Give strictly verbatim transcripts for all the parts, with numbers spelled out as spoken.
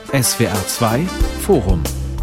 S W R zwei Forum.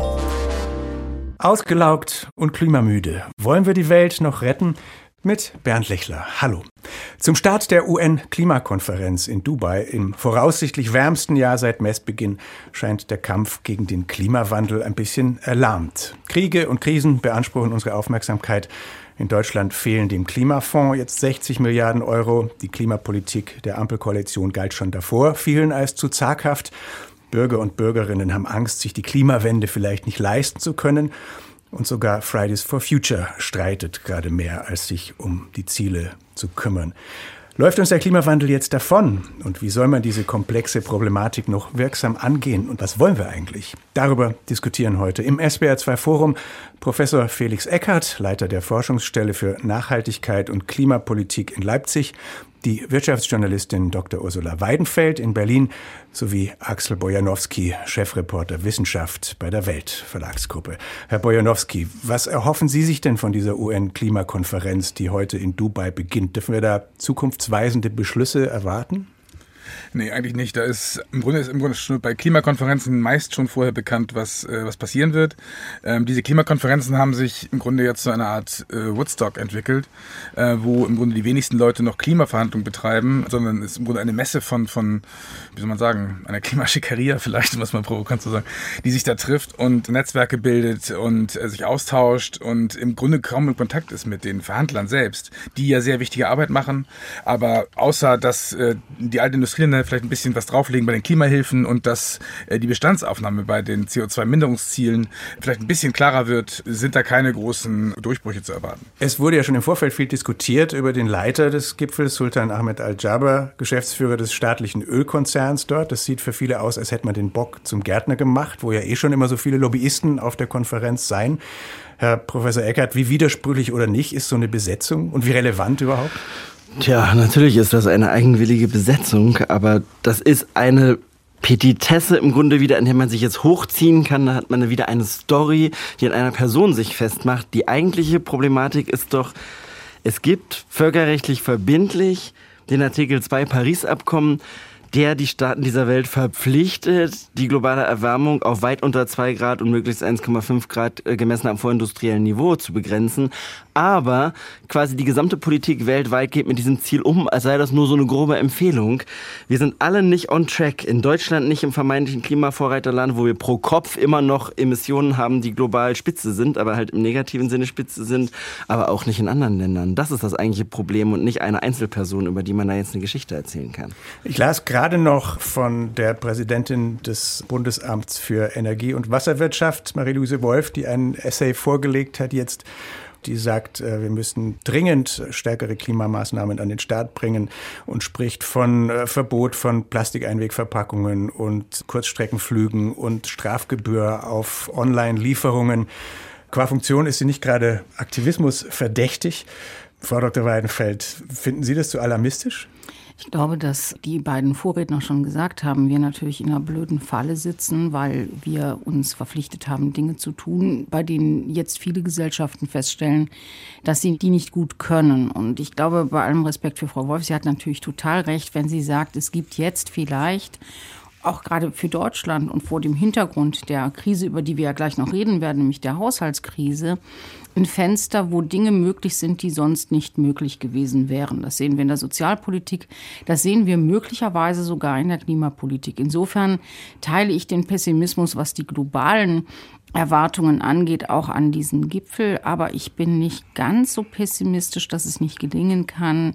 Ausgelaugt und klimamüde. Wollen wir die Welt noch retten? Mit Bernd Lechler. Hallo. Zum Start der U N-Klimakonferenz in Dubai, im voraussichtlich wärmsten Jahr seit Messbeginn, scheint der Kampf gegen den Klimawandel ein bisschen erlahmt. Kriege und Krisen beanspruchen unsere Aufmerksamkeit. In Deutschland fehlen dem Klimafonds jetzt sechzig Milliarden Euro. Die Klimapolitik der Ampelkoalition galt schon davor vielen als zu zaghaft. Bürger und Bürgerinnen haben Angst, sich die Klimawende vielleicht nicht leisten zu können. Und sogar Fridays for Future streitet gerade mehr, als sich um die Ziele zu kümmern. Läuft uns der Klimawandel jetzt davon? Und wie soll man diese komplexe Problematik noch wirksam angehen? Und was wollen wir eigentlich? Darüber diskutieren heute im S W R zwei Forum Professor Felix Eckert, Leiter der Forschungsstelle für Nachhaltigkeit und Klimapolitik in Leipzig, die Wirtschaftsjournalistin Doktor Ursula Weidenfeld in Berlin sowie Axel Bojanowski, Chefreporter Wissenschaft bei der Welt Verlagsgruppe. Herr Bojanowski, was erhoffen Sie sich denn von dieser U N-Klimakonferenz, die heute in Dubai beginnt? Dürfen wir da zukunftsweisende Beschlüsse erwarten? Nee, eigentlich nicht. Da ist im Grunde ist im Grunde schon bei Klimakonferenzen meist schon vorher bekannt, was äh, was passieren wird. Ähm, diese Klimakonferenzen haben sich im Grunde jetzt zu einer Art äh, Woodstock entwickelt, äh, wo im Grunde die wenigsten Leute noch Klimaverhandlungen betreiben, sondern es ist im Grunde eine Messe von von wie soll man sagen, einer Klimaschickeria vielleicht, um es mal provokant zu sagen, die sich da trifft und Netzwerke bildet und äh, sich austauscht und im Grunde kaum in Kontakt ist mit den Verhandlern selbst, die ja sehr wichtige Arbeit machen, aber außer dass äh, die alte Industrieländer vielleicht ein bisschen was drauflegen bei den Klimahilfen und dass äh, die Bestandsaufnahme bei den C O zwei Minderungszielen vielleicht ein bisschen klarer wird, sind da keine großen Durchbrüche zu erwarten. Es wurde ja schon im Vorfeld viel diskutiert über den Leiter des Gipfels, Sultan Ahmed Al-Jaber, Geschäftsführer des staatlichen Ölkonzerns dort. Das sieht für viele aus, als hätte man den Bock zum Gärtner gemacht, wo ja eh schon immer so viele Lobbyisten auf der Konferenz seien. Herr Professor Eckert, wie widersprüchlich oder nicht ist so eine Besetzung und wie relevant überhaupt? Tja, natürlich ist das eine eigenwillige Besetzung, aber das ist eine Petitesse im Grunde wieder, in der man sich jetzt hochziehen kann. Da hat man wieder eine Story, die an einer Person sich festmacht. Die eigentliche Problematik ist doch, es gibt völkerrechtlich verbindlich den Artikel zwei Paris-Abkommen, der die Staaten dieser Welt verpflichtet, die globale Erwärmung auf weit unter zwei Grad und möglichst eins Komma fünf Grad gemessen am vorindustriellen Niveau zu begrenzen. Aber quasi die gesamte Politik weltweit geht mit diesem Ziel um, als sei das nur so eine grobe Empfehlung. Wir sind alle nicht on track. In Deutschland nicht im vermeintlichen Klimavorreiterland, wo wir pro Kopf immer noch Emissionen haben, die global spitze sind, aber halt im negativen Sinne spitze sind, aber auch nicht in anderen Ländern. Das ist das eigentliche Problem und nicht eine Einzelperson, über die man da jetzt eine Geschichte erzählen kann. Ich las gerade noch von der Präsidentin des Bundesamts für Energie- und Wasserwirtschaft, Marie-Louise Wolf, die einen Essay vorgelegt hat jetzt, die sagt, wir müssen dringend stärkere Klimamaßnahmen an den Start bringen und spricht von Verbot von Plastikeinwegverpackungen und Kurzstreckenflügen und Strafgebühr auf Online-Lieferungen. Qua Funktion ist sie nicht gerade Aktivismus verdächtig. Frau Doktor Weidenfeld, finden Sie das zu alarmistisch? Ich glaube, dass die beiden Vorredner schon gesagt haben, wir natürlich in einer blöden Falle sitzen, weil wir uns verpflichtet haben, Dinge zu tun, bei denen jetzt viele Gesellschaften feststellen, dass sie die nicht gut können. Und ich glaube, bei allem Respekt für Frau Wolf, sie hat natürlich total recht, wenn sie sagt, es gibt jetzt vielleicht auch gerade für Deutschland und vor dem Hintergrund der Krise, über die wir ja gleich noch reden werden, nämlich der Haushaltskrise, ein Fenster, wo Dinge möglich sind, die sonst nicht möglich gewesen wären. Das sehen wir in der Sozialpolitik, das sehen wir möglicherweise sogar in der Klimapolitik. Insofern teile ich den Pessimismus, was die globalen Erwartungen angeht, auch an diesen Gipfel. Aber ich bin nicht ganz so pessimistisch, dass es nicht gelingen kann,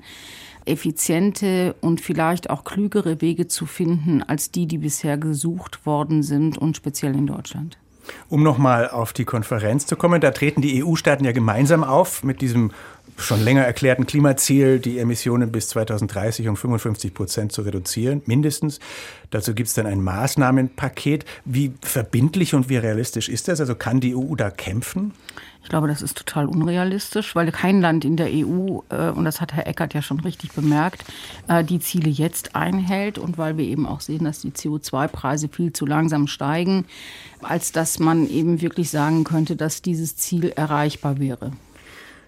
effiziente und vielleicht auch klügere Wege zu finden, als die, die bisher gesucht worden sind und speziell in Deutschland. Um nochmal auf die Konferenz zu kommen, da treten die E U-Staaten ja gemeinsam auf mit diesem schon länger erklärten Klimaziel, die Emissionen bis zweitausenddreißig um fünfundfünfzig Prozent zu reduzieren, mindestens. Dazu gibt es dann ein Maßnahmenpaket. Wie verbindlich und wie realistisch ist das? Also kann die E U da kämpfen? Ich glaube, das ist total unrealistisch, weil kein Land in der E U, und das hat Herr Eckert ja schon richtig bemerkt, die Ziele jetzt einhält und weil wir eben auch sehen, dass die C O zwei Preise viel zu langsam steigen, als dass man eben wirklich sagen könnte, dass dieses Ziel erreichbar wäre.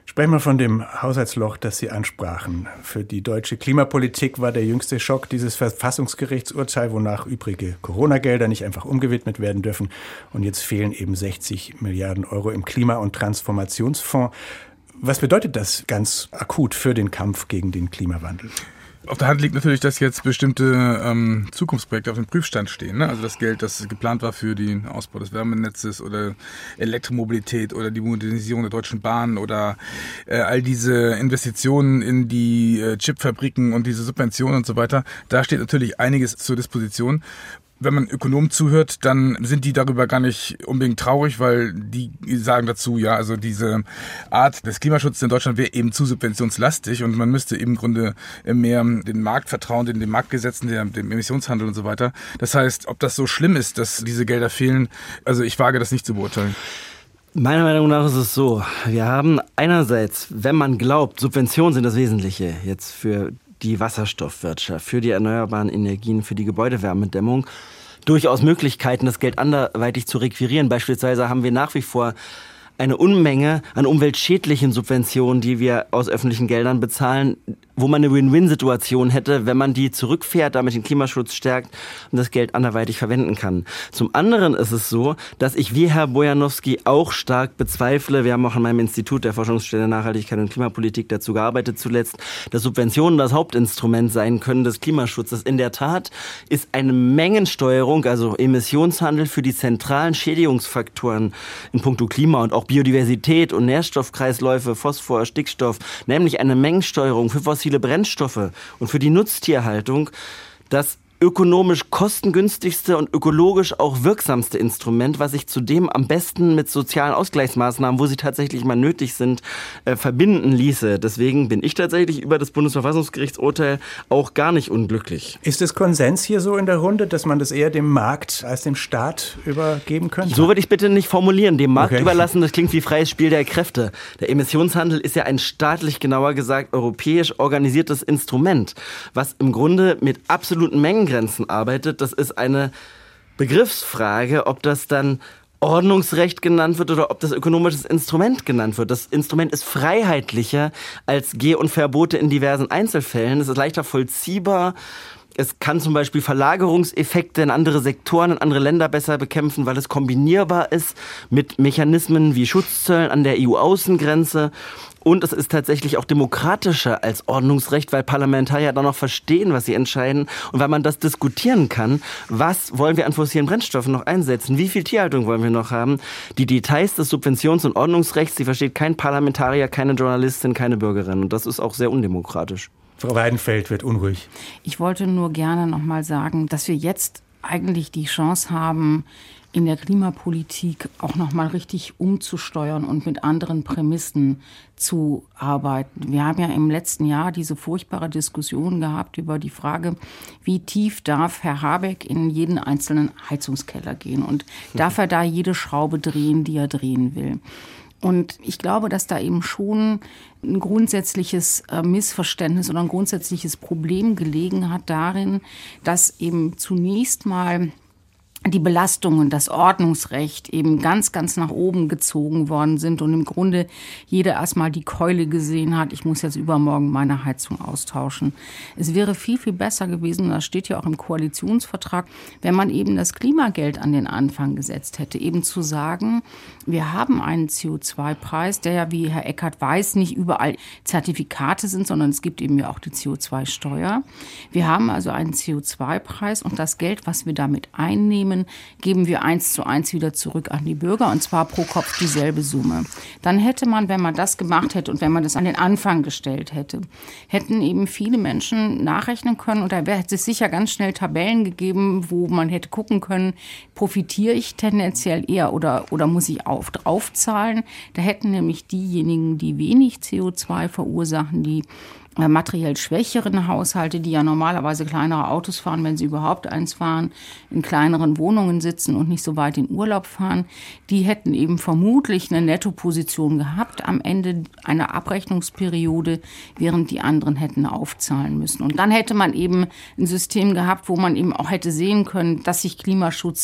Sprechen wir von dem Haushaltsloch, das Sie ansprachen. Für die deutsche Klimapolitik war der jüngste Schock dieses Verfassungsgerichtsurteil, wonach übrige Corona-Gelder nicht einfach umgewidmet werden dürfen. Und jetzt fehlen eben sechzig Milliarden Euro im Klima- und Transformationsfonds. Was bedeutet das ganz akut für den Kampf gegen den Klimawandel? Auf der Hand liegt natürlich, dass jetzt bestimmte ähm, Zukunftsprojekte auf dem Prüfstand stehen. Ne? Also das Geld, das geplant war für den Ausbau des Wärmenetzes oder Elektromobilität oder die Modernisierung der Deutschen Bahn oder äh, all diese Investitionen in die äh, Chipfabriken und diese Subventionen und so weiter. Da steht natürlich einiges zur Disposition. Wenn man Ökonomen zuhört, dann sind die darüber gar nicht unbedingt traurig, weil die sagen dazu, ja, also diese Art des Klimaschutzes in Deutschland wäre eben zu subventionslastig und man müsste eben im Grunde mehr den Markt vertrauen, den, den Marktgesetzen, dem, dem Emissionshandel und so weiter. Das heißt, ob das so schlimm ist, dass diese Gelder fehlen, also ich wage das nicht zu beurteilen. Meiner Meinung nach ist es so, wir haben einerseits, wenn man glaubt, Subventionen sind das Wesentliche jetzt für die Wasserstoffwirtschaft, für die erneuerbaren Energien, für die Gebäudewärmedämmung, durchaus Möglichkeiten, das Geld anderweitig zu requirieren. Beispielsweise haben wir nach wie vor eine Unmenge an umweltschädlichen Subventionen, die wir aus öffentlichen Geldern bezahlen, wo man eine Win-Win-Situation hätte, wenn man die zurückfährt, damit den Klimaschutz stärkt und das Geld anderweitig verwenden kann. Zum anderen ist es so, dass ich wie Herr Bojanowski auch stark bezweifle, wir haben auch an meinem Institut der Forschungsstelle Nachhaltigkeit und Klimapolitik dazu gearbeitet zuletzt, dass Subventionen das Hauptinstrument sein können des Klimaschutzes. In der Tat ist eine Mengensteuerung, also Emissionshandel für die zentralen Schädigungsfaktoren in puncto Klima und auch Biodiversität und Nährstoffkreisläufe, Phosphor, Stickstoff, nämlich eine Mengensteuerung für fossile Brennstoffe und für die Nutztierhaltung, das ökonomisch kostengünstigste und ökologisch auch wirksamste Instrument, was sich zudem am besten mit sozialen Ausgleichsmaßnahmen, wo sie tatsächlich mal nötig sind, äh, verbinden ließe. Deswegen bin ich tatsächlich über das Bundesverfassungsgerichtsurteil auch gar nicht unglücklich. Ist es Konsens hier so in der Runde, dass man das eher dem Markt als dem Staat übergeben könnte? So würde ich bitte nicht formulieren. Dem Markt okay. überlassen, das klingt wie freies Spiel der Kräfte. Der Emissionshandel ist ja ein staatlich, genauer gesagt europäisch organisiertes Instrument, was im Grunde mit absoluten Mengen arbeitet. Das ist eine Begriffsfrage, ob das dann Ordnungsrecht genannt wird oder ob das ökonomisches Instrument genannt wird. Das Instrument ist freiheitlicher als Geh- und Verbote in diversen Einzelfällen. Es ist leichter vollziehbar. Es kann zum Beispiel Verlagerungseffekte in andere Sektoren, in andere Länder besser bekämpfen, weil es kombinierbar ist mit Mechanismen wie Schutzzöllen an der E U-Außengrenze. Und es ist tatsächlich auch demokratischer als Ordnungsrecht, weil Parlamentarier dann noch verstehen, was sie entscheiden. Und weil man das diskutieren kann, was wollen wir an fossilen Brennstoffen noch einsetzen? Wie viel Tierhaltung wollen wir noch haben? Die Details des Subventions- und Ordnungsrechts, die versteht kein Parlamentarier, keine Journalistin, keine Bürgerin. Und das ist auch sehr undemokratisch. Frau Weidenfeld wird unruhig. Ich wollte nur gerne noch mal sagen, dass wir jetzt eigentlich die Chance haben, in der Klimapolitik auch noch mal richtig umzusteuern und mit anderen Prämissen zu arbeiten. Wir haben ja im letzten Jahr diese furchtbare Diskussion gehabt über die Frage, wie tief darf Herr Habeck in jeden einzelnen Heizungskeller gehen und darf er da jede Schraube drehen, die er drehen will. Und ich glaube, dass da eben schon ein grundsätzliches Missverständnis oder ein grundsätzliches Problem gelegen hat darin, dass eben zunächst mal die Belastungen, das Ordnungsrecht eben ganz, ganz nach oben gezogen worden sind und im Grunde jeder erstmal die Keule gesehen hat, ich muss jetzt übermorgen meine Heizung austauschen. Es wäre viel, viel besser gewesen, und das steht ja auch im Koalitionsvertrag, wenn man eben das Klimageld an den Anfang gesetzt hätte, eben zu sagen, wir haben einen C O zwei Preis, der ja, wie Herr Eckert weiß, nicht überall Zertifikate sind, sondern es gibt eben ja auch die C O zwei Steuer. Wir haben also einen C O zwei Preis und das Geld, was wir damit einnehmen, geben wir eins zu eins wieder zurück an die Bürger, und zwar pro Kopf dieselbe Summe. Dann hätte man, wenn man das gemacht hätte und wenn man das an den Anfang gestellt hätte, hätten eben viele Menschen nachrechnen können, und da hätte es sicher ganz schnell Tabellen gegeben, wo man hätte gucken können, profitiere ich tendenziell eher oder, oder muss ich auf, draufzahlen. Da hätten nämlich diejenigen, die wenig C O zwei verursachen, die materiell schwächeren Haushalte, die ja normalerweise kleinere Autos fahren, wenn sie überhaupt eins fahren, in kleineren Wohnungen sitzen und nicht so weit in Urlaub fahren, die hätten eben vermutlich eine Nettoposition gehabt am Ende einer Abrechnungsperiode, während die anderen hätten aufzahlen müssen. Und dann hätte man eben ein System gehabt, wo man eben auch hätte sehen können, dass sich Klimaschutz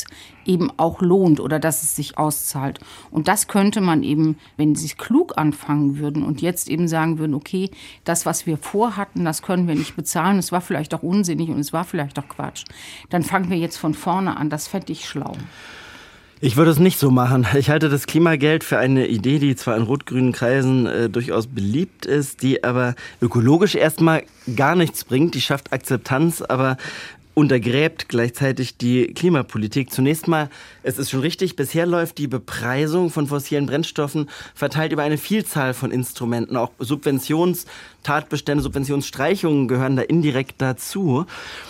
eben auch lohnt oder dass es sich auszahlt. Und das könnte man eben, wenn sie klug anfangen würden und jetzt eben sagen würden, okay, das, was wir vorhatten, das können wir nicht bezahlen, es war vielleicht auch unsinnig und es war vielleicht auch Quatsch. Dann fangen wir jetzt von vorne an, das fände ich schlau. Ich würde es nicht so machen. Ich halte das Klimageld für eine Idee, die zwar in rot-grünen Kreisen äh, durchaus beliebt ist, die aber ökologisch erstmal gar nichts bringt. Die schafft Akzeptanz, aber untergräbt gleichzeitig die Klimapolitik. Zunächst mal, es ist schon richtig, bisher läuft die Bepreisung von fossilen Brennstoffen verteilt über eine Vielzahl von Instrumenten. Auch Subventionstatbestände, Subventionsstreichungen gehören da indirekt dazu.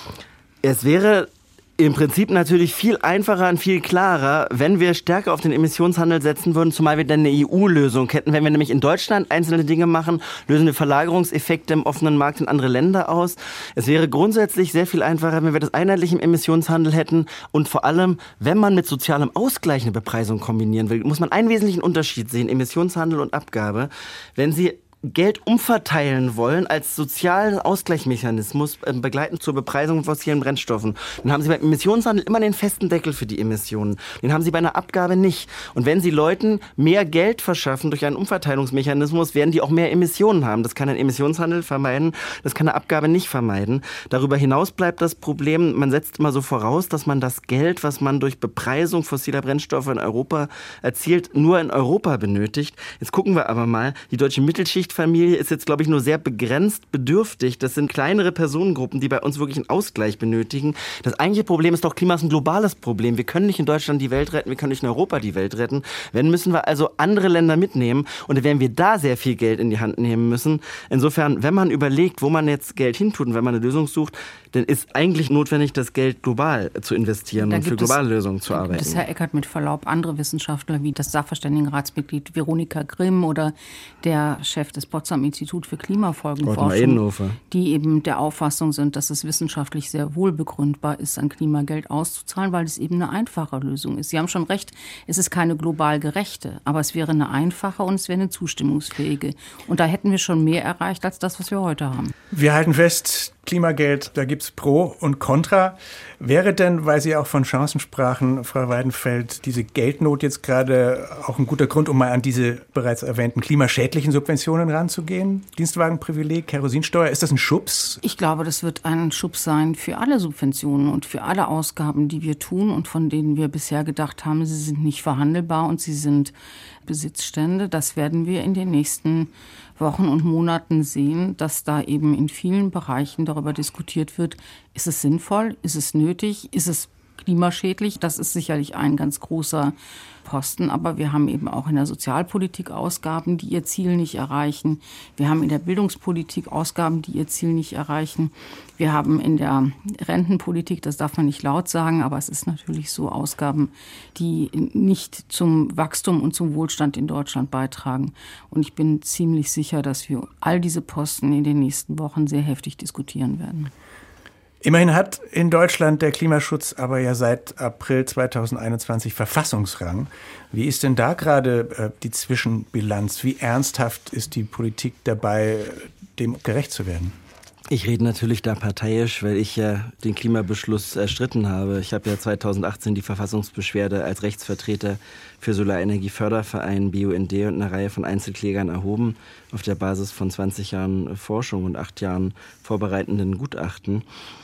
Es wäre im Prinzip natürlich viel einfacher und viel klarer, wenn wir stärker auf den Emissionshandel setzen würden, zumal wir dann eine E U-Lösung hätten. Wenn wir nämlich in Deutschland einzelne Dinge machen, lösen wir Verlagerungseffekte im offenen Markt in andere Länder aus. Es wäre grundsätzlich sehr viel einfacher, wenn wir das einheitlich im Emissionshandel hätten und vor allem, wenn man mit sozialem Ausgleich eine Bepreisung kombinieren will, muss man einen wesentlichen Unterschied sehen, Emissionshandel und Abgabe. Wenn Sie Geld umverteilen wollen als sozialen Ausgleichsmechanismus äh, begleitend zur Bepreisung von fossilen Brennstoffen. Dann haben Sie beim Emissionshandel immer den festen Deckel für die Emissionen. Den haben Sie bei einer Abgabe nicht. Und wenn Sie Leuten mehr Geld verschaffen durch einen Umverteilungsmechanismus, werden die auch mehr Emissionen haben. Das kann ein Emissionshandel vermeiden, das kann eine Abgabe nicht vermeiden. Darüber hinaus bleibt das Problem, man setzt immer so voraus, dass man das Geld, was man durch Bepreisung fossiler Brennstoffe in Europa erzielt, nur in Europa benötigt. Jetzt gucken wir aber mal, die deutsche Mittelschicht Familie ist jetzt, glaube ich, nur sehr begrenzt bedürftig. Das sind kleinere Personengruppen, die bei uns wirklich einen Ausgleich benötigen. Das eigentliche Problem ist doch, Klima ist ein globales Problem. Wir können nicht in Deutschland die Welt retten, wir können nicht in Europa die Welt retten. Wenn, müssen wir also andere Länder mitnehmen. Und dann werden wir da sehr viel Geld in die Hand nehmen müssen. Insofern, wenn man überlegt, wo man jetzt Geld hintut und wenn man eine Lösung sucht, dann ist eigentlich notwendig, das Geld global zu investieren und für globale es, Lösungen zu arbeiten. Da gibt es, Herr Eckert, mit Verlaub andere Wissenschaftler wie das Sachverständigenratsmitglied Veronika Grimm oder der Chef des Potsdam Institut für Klimafolgenforschung, die eben der Auffassung sind, dass es wissenschaftlich sehr wohl begründbar ist, an Klimageld auszuzahlen, weil es eben eine einfache Lösung ist. Sie haben schon recht, es ist keine global gerechte, aber es wäre eine einfache und es wäre eine zustimmungsfähige. Und da hätten wir schon mehr erreicht als das, was wir heute haben. Wir halten fest, Klimageld, da gibt's Pro und Contra. Wäre denn, weil Sie auch von Chancen sprachen, Frau Weidenfeld, diese Geldnot jetzt gerade auch ein guter Grund, um mal an diese bereits erwähnten klimaschädlichen Subventionen ranzugehen? Dienstwagenprivileg, Kerosinsteuer, ist das ein Schubs? Ich glaube, das wird ein Schubs sein für alle Subventionen und für alle Ausgaben, die wir tun und von denen wir bisher gedacht haben, sie sind nicht verhandelbar und sie sind Besitzstände. Das werden wir in den nächsten Wochen und Monaten sehen, dass da eben in vielen Bereichen darüber diskutiert wird, ist es sinnvoll, ist es nötig, ist es klimaschädlich. Das ist sicherlich ein ganz großer Posten, aber wir haben eben auch in der Sozialpolitik Ausgaben, die ihr Ziel nicht erreichen. Wir haben in der Bildungspolitik Ausgaben, die ihr Ziel nicht erreichen. Wir haben in der Rentenpolitik, das darf man nicht laut sagen, aber es ist natürlich so, Ausgaben, die nicht zum Wachstum und zum Wohlstand in Deutschland beitragen. Und ich bin ziemlich sicher, dass wir all diese Posten in den nächsten Wochen sehr heftig diskutieren werden. Immerhin hat in Deutschland der Klimaschutz aber ja seit April zweitausendeinundzwanzig Verfassungsrang. Wie ist denn da gerade äh, die Zwischenbilanz? Wie ernsthaft ist die Politik dabei, dem gerecht zu werden? Ich rede natürlich da parteiisch, weil ich ja den Klimabeschluss erstritten habe. Ich habe ja zweitausendachtzehn die Verfassungsbeschwerde als Rechtsvertreter für Solarenergieförderverein, B U N D und eine Reihe von Einzelklägern erhoben, auf der Basis von zwanzig Jahren Forschung und acht Jahren vorbereitenden Gutachten.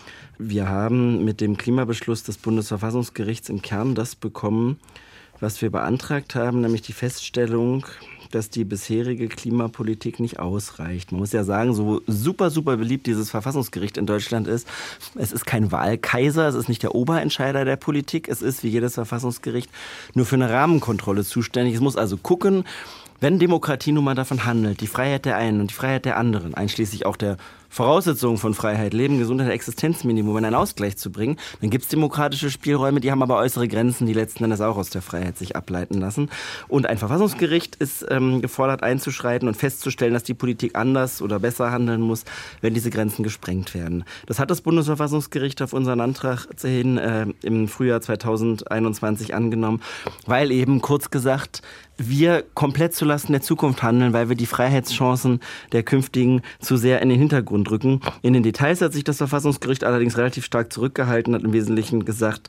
Wir haben mit dem Klimabeschluss des Bundesverfassungsgerichts im Kern das bekommen, was wir beantragt haben, nämlich die Feststellung, dass die bisherige Klimapolitik nicht ausreicht. Man muss ja sagen, so super, super beliebt dieses Verfassungsgericht in Deutschland ist. Es ist kein Wahlkaiser, es ist nicht der Oberentscheider der Politik. Es ist, wie jedes Verfassungsgericht, nur für eine Rahmenkontrolle zuständig. Es muss also gucken, wenn Demokratie nun mal davon handelt, die Freiheit der einen und die Freiheit der anderen, einschließlich auch der Voraussetzungen von Freiheit, Leben, Gesundheit, Existenzminimum in einen Ausgleich zu bringen, dann gibt es demokratische Spielräume, die haben aber äußere Grenzen, die letzten Endes auch aus der Freiheit sich ableiten lassen. Und ein Verfassungsgericht ist ähm, gefordert einzuschreiten und festzustellen, dass die Politik anders oder besser handeln muss, wenn diese Grenzen gesprengt werden. Das hat das Bundesverfassungsgericht auf unseren Antrag hin äh, im Frühjahr zweitausendeinundzwanzig angenommen, weil eben kurz gesagt wir komplett zulasten der Zukunft handeln, weil wir die Freiheitschancen der künftigen zu sehr in den Hintergrund rücken. In den Details hat sich das Verfassungsgericht allerdings relativ stark zurückgehalten, hat im Wesentlichen gesagt,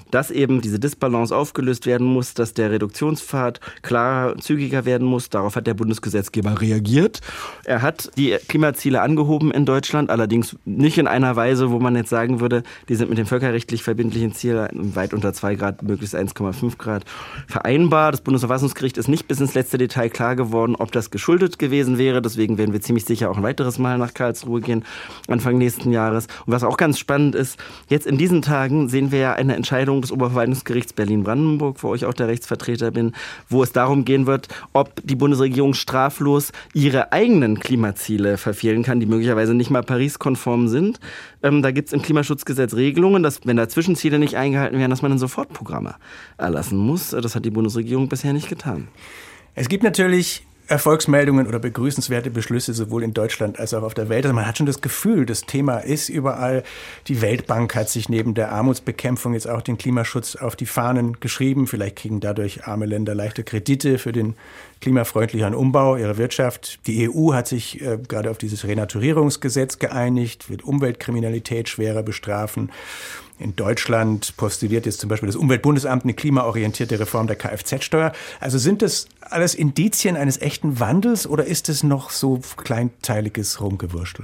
dass eben diese Disbalance aufgelöst werden muss, dass der Reduktionspfad klarer, zügiger werden muss. Darauf hat der Bundesgesetzgeber reagiert. Er hat die Klimaziele angehoben in Deutschland, allerdings nicht in einer Weise, wo man jetzt sagen würde, die sind mit dem völkerrechtlich verbindlichen Ziel weit unter zwei Grad, möglichst eins Komma fünf Grad vereinbar. Das Bundesverfassungsgericht ist nicht bis ins letzte Detail klar geworden, ob das geschuldet gewesen wäre. Deswegen werden wir ziemlich sicher auch ein weiteres Mal nach Karlsruhe gehen, Anfang nächsten Jahres. Und was auch ganz spannend ist, jetzt in diesen Tagen sehen wir ja eine Entscheidung des Oberverwaltungsgerichts Berlin-Brandenburg, wo ich auch der Rechtsvertreter bin, wo es darum gehen wird, ob die Bundesregierung straflos ihre eigenen Klimaziele verfehlen kann, die möglicherweise nicht mal Paris-konform sind. Ähm, da gibt es im Klimaschutzgesetz Regelungen, dass, wenn da Zwischenziele nicht eingehalten werden, dass man dann Sofortprogramme erlassen muss. Das hat die Bundesregierung bisher nicht getan. Es gibt natürlich Erfolgsmeldungen oder begrüßenswerte Beschlüsse sowohl in Deutschland als auch auf der Welt. Also man hat schon das Gefühl, das Thema ist überall. Die Weltbank hat sich neben der Armutsbekämpfung jetzt auch den Klimaschutz auf die Fahnen geschrieben. Vielleicht kriegen dadurch arme Länder leichte Kredite für den klimafreundlicheren Umbau ihrer Wirtschaft. Die E U hat sich äh, gerade auf dieses Renaturierungsgesetz geeinigt, wird Umweltkriminalität schwerer bestrafen. In Deutschland postuliert jetzt zum Beispiel das Umweltbundesamt eine klimaorientierte Reform der Kfz-Steuer. Also sind das alles Indizien eines echten Wandels oder ist es noch so kleinteiliges Rumgewurstel?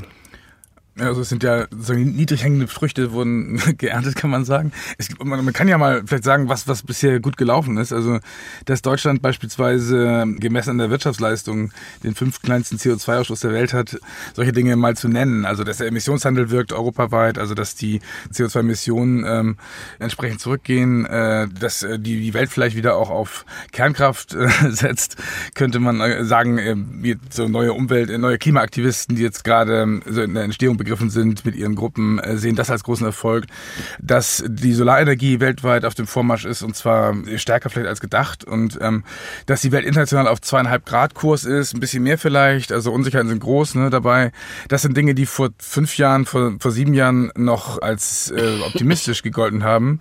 Also es sind ja sozusagen niedrig hängende Früchte wurden geerntet, kann man sagen. Es gibt, man, man kann ja mal vielleicht sagen, was was bisher gut gelaufen ist. Also dass Deutschland beispielsweise gemessen an der Wirtschaftsleistung den fünftkleinsten C O zwei Ausstoß der Welt hat, solche Dinge mal zu nennen. Also dass der Emissionshandel wirkt europaweit, also dass die C O zwei Emissionen ähm, entsprechend zurückgehen, äh, dass äh, die, die Welt vielleicht wieder auch auf Kernkraft äh, setzt, könnte man äh, sagen, äh, wie so neue Umwelt, äh, neue Klimaaktivisten, die jetzt gerade äh, so in der Entstehung begriffen sind mit ihren Gruppen, sehen das als großen Erfolg, dass die Solarenergie weltweit auf dem Vormarsch ist und zwar stärker vielleicht als gedacht und ähm, dass die Welt international auf zweieinhalb Grad Kurs ist, ein bisschen mehr vielleicht, also Unsicherheiten sind groß ne, dabei. Das sind Dinge, die vor fünf Jahren, vor, vor sieben Jahren noch als äh, optimistisch gegolten haben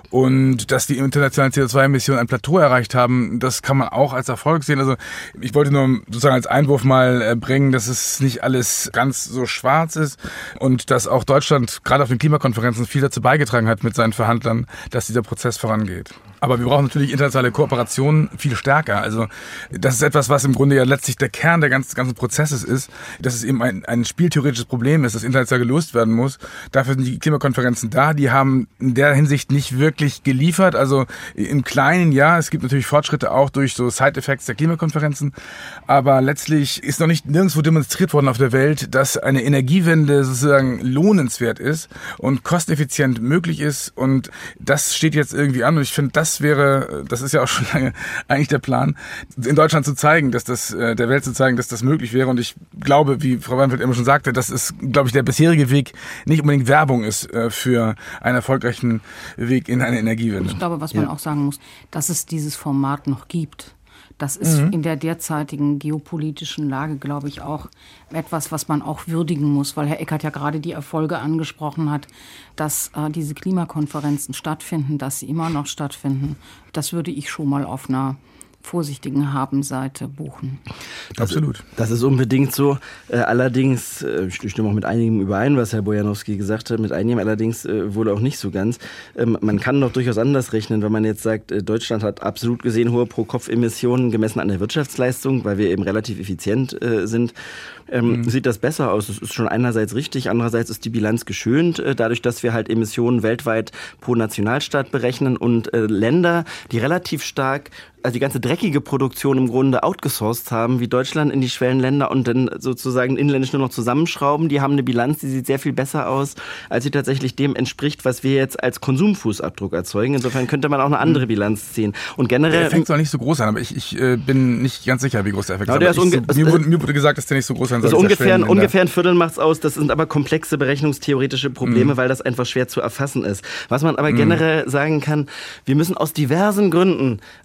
und dass die internationalen C O zwei Emissionen ein Plateau erreicht haben, das kann man auch als Erfolg sehen. Also ich wollte nur sozusagen als Einwurf mal äh, bringen, dass es nicht alles ganz so schwarz ist, und dass auch Deutschland gerade auf den Klimakonferenzen viel dazu beigetragen hat mit seinen Verhandlern, dass dieser Prozess vorangeht. Aber wir brauchen natürlich internationale Kooperation viel stärker. Also das ist etwas, was im Grunde ja letztlich der Kern der ganzen, ganzen Prozesses ist, dass es eben ein, ein spieltheoretisches Problem ist, das international gelöst werden muss. Dafür sind die Klimakonferenzen da. Die haben in der Hinsicht nicht wirklich geliefert. Also im Kleinen, ja, es gibt natürlich Fortschritte auch durch so Side-Effects der Klimakonferenzen. Aber letztlich ist noch nicht nirgendwo demonstriert worden auf der Welt, dass eine Energiewende sozusagen lohnenswert ist und kosteneffizient möglich ist. Und das steht jetzt irgendwie an. Und ich finde, das wäre, das ist ja auch schon lange eigentlich der Plan, in Deutschland zu zeigen, dass das, der Welt zu zeigen, dass das möglich wäre. Und ich glaube, wie Frau Weinfeld immer schon sagte, dass es, glaube ich, der bisherige Weg nicht unbedingt Werbung ist für einen erfolgreichen Weg in eine Energiewende. Ich glaube, was man ja. auch sagen muss, dass es dieses Format noch gibt. Das ist mhm. in der derzeitigen geopolitischen Lage, glaube ich, auch etwas, was man auch würdigen muss, weil Herr Eckert ja gerade die Erfolge angesprochen hat, dass äh, diese Klimakonferenzen stattfinden, dass sie immer noch stattfinden. Das würde ich schon mal auf einer vorsichtigen Habenseite buchen. Absolut. Das ist unbedingt so. Äh, allerdings, äh, ich stimme auch mit einigem überein, was Herr Bojanowski gesagt hat, mit einigem allerdings äh, wohl auch nicht so ganz. Ähm, man kann doch durchaus anders rechnen, wenn man jetzt sagt, äh, Deutschland hat absolut gesehen hohe Pro-Kopf-Emissionen gemessen an der Wirtschaftsleistung, weil wir eben relativ effizient äh, sind. Ähm, mhm. Sieht das besser aus. Das ist schon einerseits richtig, andererseits ist die Bilanz geschönt, äh, dadurch, dass wir halt Emissionen weltweit pro Nationalstaat berechnen und äh, Länder, die relativ stark also die ganze dreckige Produktion im Grunde outgesourced haben, wie Deutschland in die Schwellenländer und dann sozusagen inländisch nur noch zusammenschrauben. Die haben eine Bilanz, die sieht sehr viel besser aus, als sie tatsächlich dem entspricht, was wir jetzt als Konsumfußabdruck erzeugen. Insofern könnte man auch eine andere Bilanz ziehen. Und generell... Der Effekt soll nicht so groß sein, aber ich, ich äh, bin nicht ganz sicher, wie groß der Effekt ist. Aber so, mir, wurde, mir wurde gesagt, dass der nicht so groß sein soll. Also ungefähr, ein, ungefähr ein Viertel macht's aus. Das sind aber komplexe berechnungstheoretische Probleme, mhm. weil das einfach schwer zu erfassen ist. Was man aber mhm. generell sagen kann, wir müssen aus diversen Gründen als Welt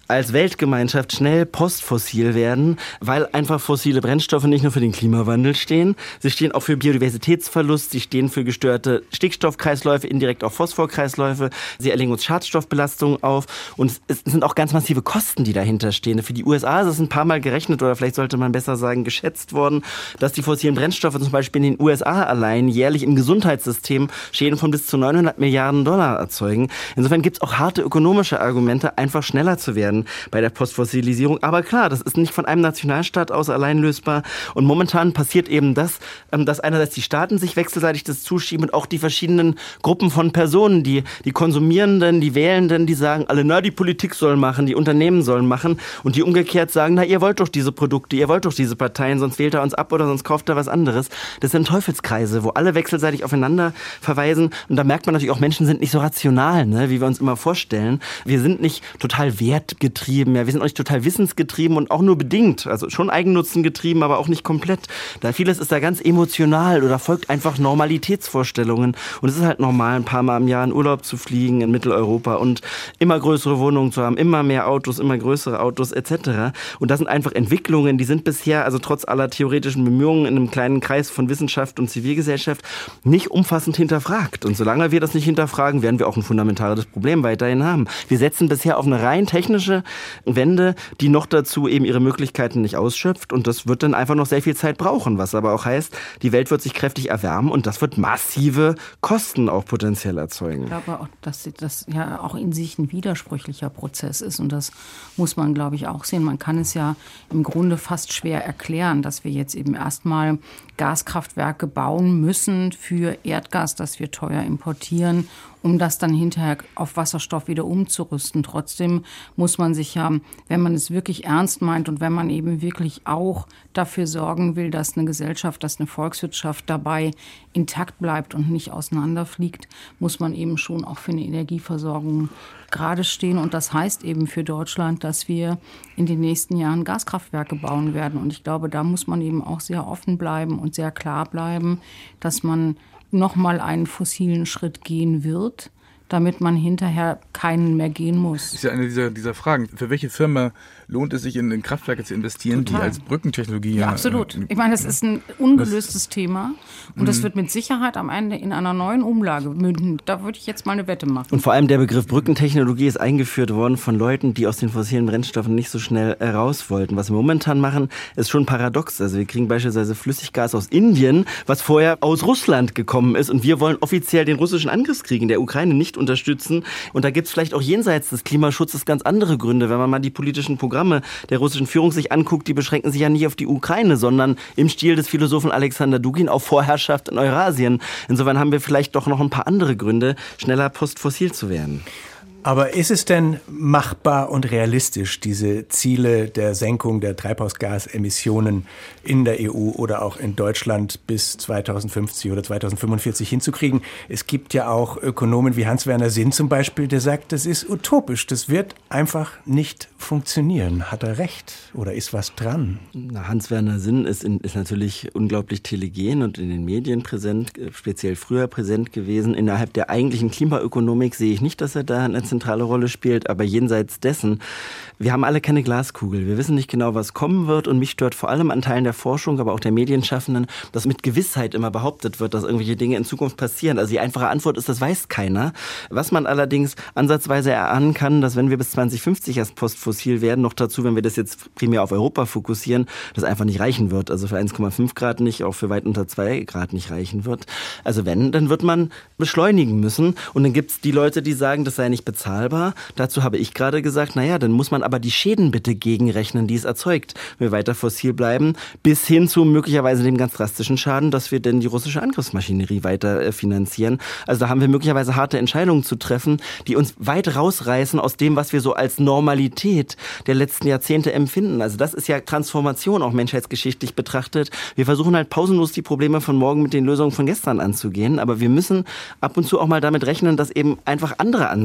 Weltgemeinschaft schnell postfossil werden, weil einfach fossile Brennstoffe nicht nur für den Klimawandel stehen, sie stehen auch für Biodiversitätsverlust, sie stehen für gestörte Stickstoffkreisläufe, indirekt auch Phosphorkreisläufe, sie erlegen uns Schadstoffbelastungen auf und es sind auch ganz massive Kosten, die dahinter stehen. Für die U S A ist es ein paar Mal gerechnet oder vielleicht sollte man besser sagen geschätzt worden, dass die fossilen Brennstoffe zum Beispiel in den U S A allein jährlich im Gesundheitssystem Schäden von bis zu neunhundert Milliarden Dollar erzeugen. Insofern gibt es auch harte ökonomische Argumente, einfach schneller zu werden bei der Postfossilisierung. Aber klar, das ist nicht von einem Nationalstaat aus allein lösbar. Und momentan passiert eben das, dass einerseits die Staaten sich wechselseitig das zuschieben und auch die verschiedenen Gruppen von Personen, die, die Konsumierenden, die Wählenden, die sagen alle, na, die Politik soll machen, die Unternehmen sollen machen und die umgekehrt sagen, na, ihr wollt doch diese Produkte, ihr wollt doch diese Parteien, sonst wählt er uns ab oder sonst kauft er was anderes. Das sind Teufelskreise, wo alle wechselseitig aufeinander verweisen. Und da merkt man natürlich auch, Menschen sind nicht so rational, ne, wie wir uns immer vorstellen. Wir sind nicht total wertgetrieben, ja, wir sind auch nicht total wissensgetrieben und auch nur bedingt. Also schon Eigennutzen getrieben, aber auch nicht komplett. Da vieles ist da ganz emotional oder folgt einfach Normalitätsvorstellungen. Und es ist halt normal, ein paar Mal im Jahr in Urlaub zu fliegen in Mitteleuropa und immer größere Wohnungen zu haben, immer mehr Autos, immer größere Autos et cetera. Und das sind einfach Entwicklungen, die sind bisher, also trotz aller theoretischen Bemühungen in einem kleinen Kreis von Wissenschaft und Zivilgesellschaft, nicht umfassend hinterfragt. Und solange wir das nicht hinterfragen, werden wir auch ein fundamentales Problem weiterhin haben. Wir setzen bisher auf eine rein technische Wende, die noch dazu eben ihre Möglichkeiten nicht ausschöpft. Und das wird dann einfach noch sehr viel Zeit brauchen, was aber auch heißt, die Welt wird sich kräftig erwärmen und das wird massive Kosten auch potenziell erzeugen. Ich glaube auch, dass das ja auch in sich ein widersprüchlicher Prozess ist und das muss man, glaube ich, auch sehen. Man kann es ja im Grunde fast schwer erklären, dass wir jetzt eben erstmal Gaskraftwerke bauen müssen für Erdgas, das wir teuer importieren, um das dann hinterher auf Wasserstoff wieder umzurüsten. Trotzdem muss man sich ja, wenn man es wirklich ernst meint und wenn man eben wirklich auch dafür sorgen will, dass eine Gesellschaft, dass eine Volkswirtschaft dabei intakt bleibt und nicht auseinanderfliegt, muss man eben schon auch für eine Energieversorgung gerade stehen. Und das heißt eben für Deutschland, dass wir in den nächsten Jahren Gaskraftwerke bauen werden. Und ich glaube, da muss man eben auch sehr offen bleiben und sehr klar bleiben, dass man noch mal einen fossilen Schritt gehen wird, damit man hinterher keinen mehr gehen muss. Das ist ja eine dieser, dieser Fragen. Für welche Firma lohnt es sich, in, in Kraftwerke zu investieren, Total. die als Brückentechnologie... Ja, ja, absolut. Äh, ich meine, das ist ein ungelöstes das, Thema und das wird mit Sicherheit am Ende in einer neuen Umlage münden. Da würde ich jetzt mal eine Wette machen. Und vor allem der Begriff Brückentechnologie ist eingeführt worden von Leuten, die aus den fossilen Brennstoffen nicht so schnell raus wollten. Was wir momentan machen, ist schon paradox. Also wir kriegen beispielsweise Flüssiggas aus Indien, was vorher aus Russland gekommen ist und wir wollen offiziell den russischen Angriffskrieg in der Ukraine nicht unterstützen. Und da gibt es vielleicht auch jenseits des Klimaschutzes ganz andere Gründe. Wenn man mal die politischen Programme der russischen Führung sich anguckt, die beschränken sich ja nicht auf die Ukraine, sondern im Stil des Philosophen Alexander Dugin auf Vorherrschaft in Eurasien. Insofern haben wir vielleicht doch noch ein paar andere Gründe, schneller postfossil zu werden. Aber ist es denn machbar und realistisch, diese Ziele der Senkung der Treibhausgasemissionen in der E U oder auch in Deutschland bis zweitausendfünfzig oder zweitausendfünfundvierzig hinzukriegen? Es gibt ja auch Ökonomen wie Hans-Werner Sinn zum Beispiel, der sagt, das ist utopisch, das wird einfach nicht funktionieren. Hat er recht oder ist was dran? Na, Hans-Werner Sinn ist, in, ist natürlich unglaublich telegen und in den Medien präsent, speziell früher präsent gewesen. Innerhalb der eigentlichen Klimaökonomik sehe ich nicht, dass er da eine zentrale Rolle spielt, aber jenseits dessen, wir haben alle keine Glaskugel. Wir wissen nicht genau, was kommen wird und mich stört vor allem an Teilen der Forschung, aber auch der Medienschaffenden, dass mit Gewissheit immer behauptet wird, dass irgendwelche Dinge in Zukunft passieren. Also die einfache Antwort ist, das weiß keiner. Was man allerdings ansatzweise erahnen kann, dass wenn wir bis zweitausendfünfzig erst postfossil werden, noch dazu, wenn wir das jetzt primär auf Europa fokussieren, das einfach nicht reichen wird. Also für eins Komma fünf Grad nicht, auch für weit unter zwei Grad nicht reichen wird. Also wenn, dann wird man beschleunigen müssen und dann gibt es die Leute, die sagen, das sei nicht bezahlbar. Dazu habe ich gerade gesagt, naja, dann muss man aber die Schäden bitte gegenrechnen, die es erzeugt, wenn wir weiter fossil bleiben, bis hin zu möglicherweise dem ganz drastischen Schaden, dass wir denn die russische Angriffsmaschinerie weiter finanzieren. Also da haben wir möglicherweise harte Entscheidungen zu treffen, die uns weit rausreißen aus dem, was wir so als Normalität der letzten Jahrzehnte empfinden. Also das ist ja Transformation, auch menschheitsgeschichtlich betrachtet. Wir versuchen halt pausenlos die Probleme von morgen mit den Lösungen von gestern anzugehen, aber wir müssen ab und zu auch mal damit rechnen, dass eben einfach andere Ansätze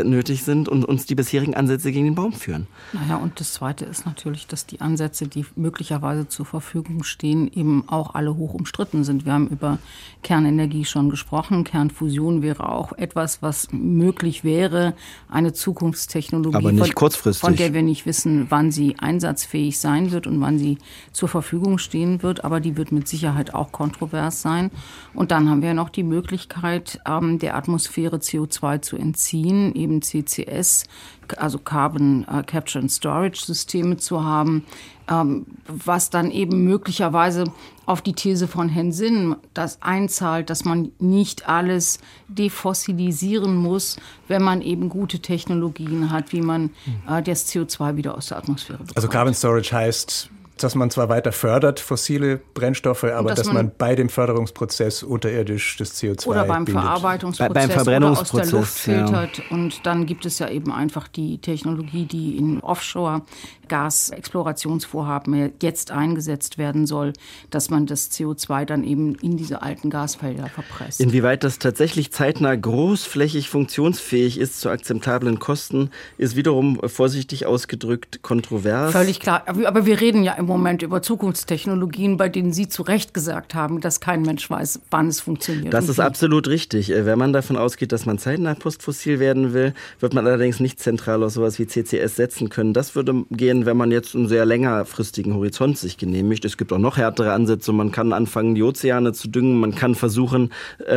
nötig sind und uns die bisherigen Ansätze gegen den Baum führen. Naja, und das Zweite ist natürlich, dass die Ansätze, die möglicherweise zur Verfügung stehen, eben auch alle hoch umstritten sind. Wir haben über Kernenergie schon gesprochen. Kernfusion wäre auch etwas, was möglich wäre, eine Zukunftstechnologie, aber nicht von, kurzfristig, von der wir nicht wissen, wann sie einsatzfähig sein wird und wann sie zur Verfügung stehen wird. Aber die wird mit Sicherheit auch kontrovers sein. Und dann haben wir noch die Möglichkeit, ähm, der Atmosphäre C O zwei zu entziehen, eben C C S, also Carbon uh, Capture and Storage Systeme zu haben, ähm, was dann eben möglicherweise auf die These von Herrn Sinn das einzahlt, dass man nicht alles defossilisieren muss, wenn man eben gute Technologien hat, wie man äh, das C O zwei wieder aus der Atmosphäre bekommt. Also Carbon Storage heißt, dass man zwar weiter fördert, fossile Brennstoffe, aber dass, dass man, man bei dem Förderungsprozess unterirdisch das C O zwei oder beim bindet. Verarbeitungsprozess bei, beim Verbrennungsprozess, oder aus der Luft filtert. Ja. Und dann gibt es ja eben einfach die Technologie, die in Offshore-Gasexplorationsvorhaben jetzt eingesetzt werden soll, dass man das C O zwei dann eben in diese alten Gasfelder verpresst. Inwieweit das tatsächlich zeitnah großflächig funktionsfähig ist zu akzeptablen Kosten, ist wiederum vorsichtig ausgedrückt kontrovers. Völlig klar. Aber wir reden ja im Moment über Zukunftstechnologien, bei denen Sie zu Recht gesagt haben, dass kein Mensch weiß, wann es funktioniert. Das ist absolut richtig. Wenn man davon ausgeht, dass man zeitnah postfossil werden will, wird man allerdings nicht zentral auf sowas wie C C S setzen können. Das würde gehen, wenn man jetzt einen sehr längerfristigen Horizont sich genehmigt. Es gibt auch noch härtere Ansätze. Man kann anfangen, die Ozeane zu düngen. Man kann versuchen,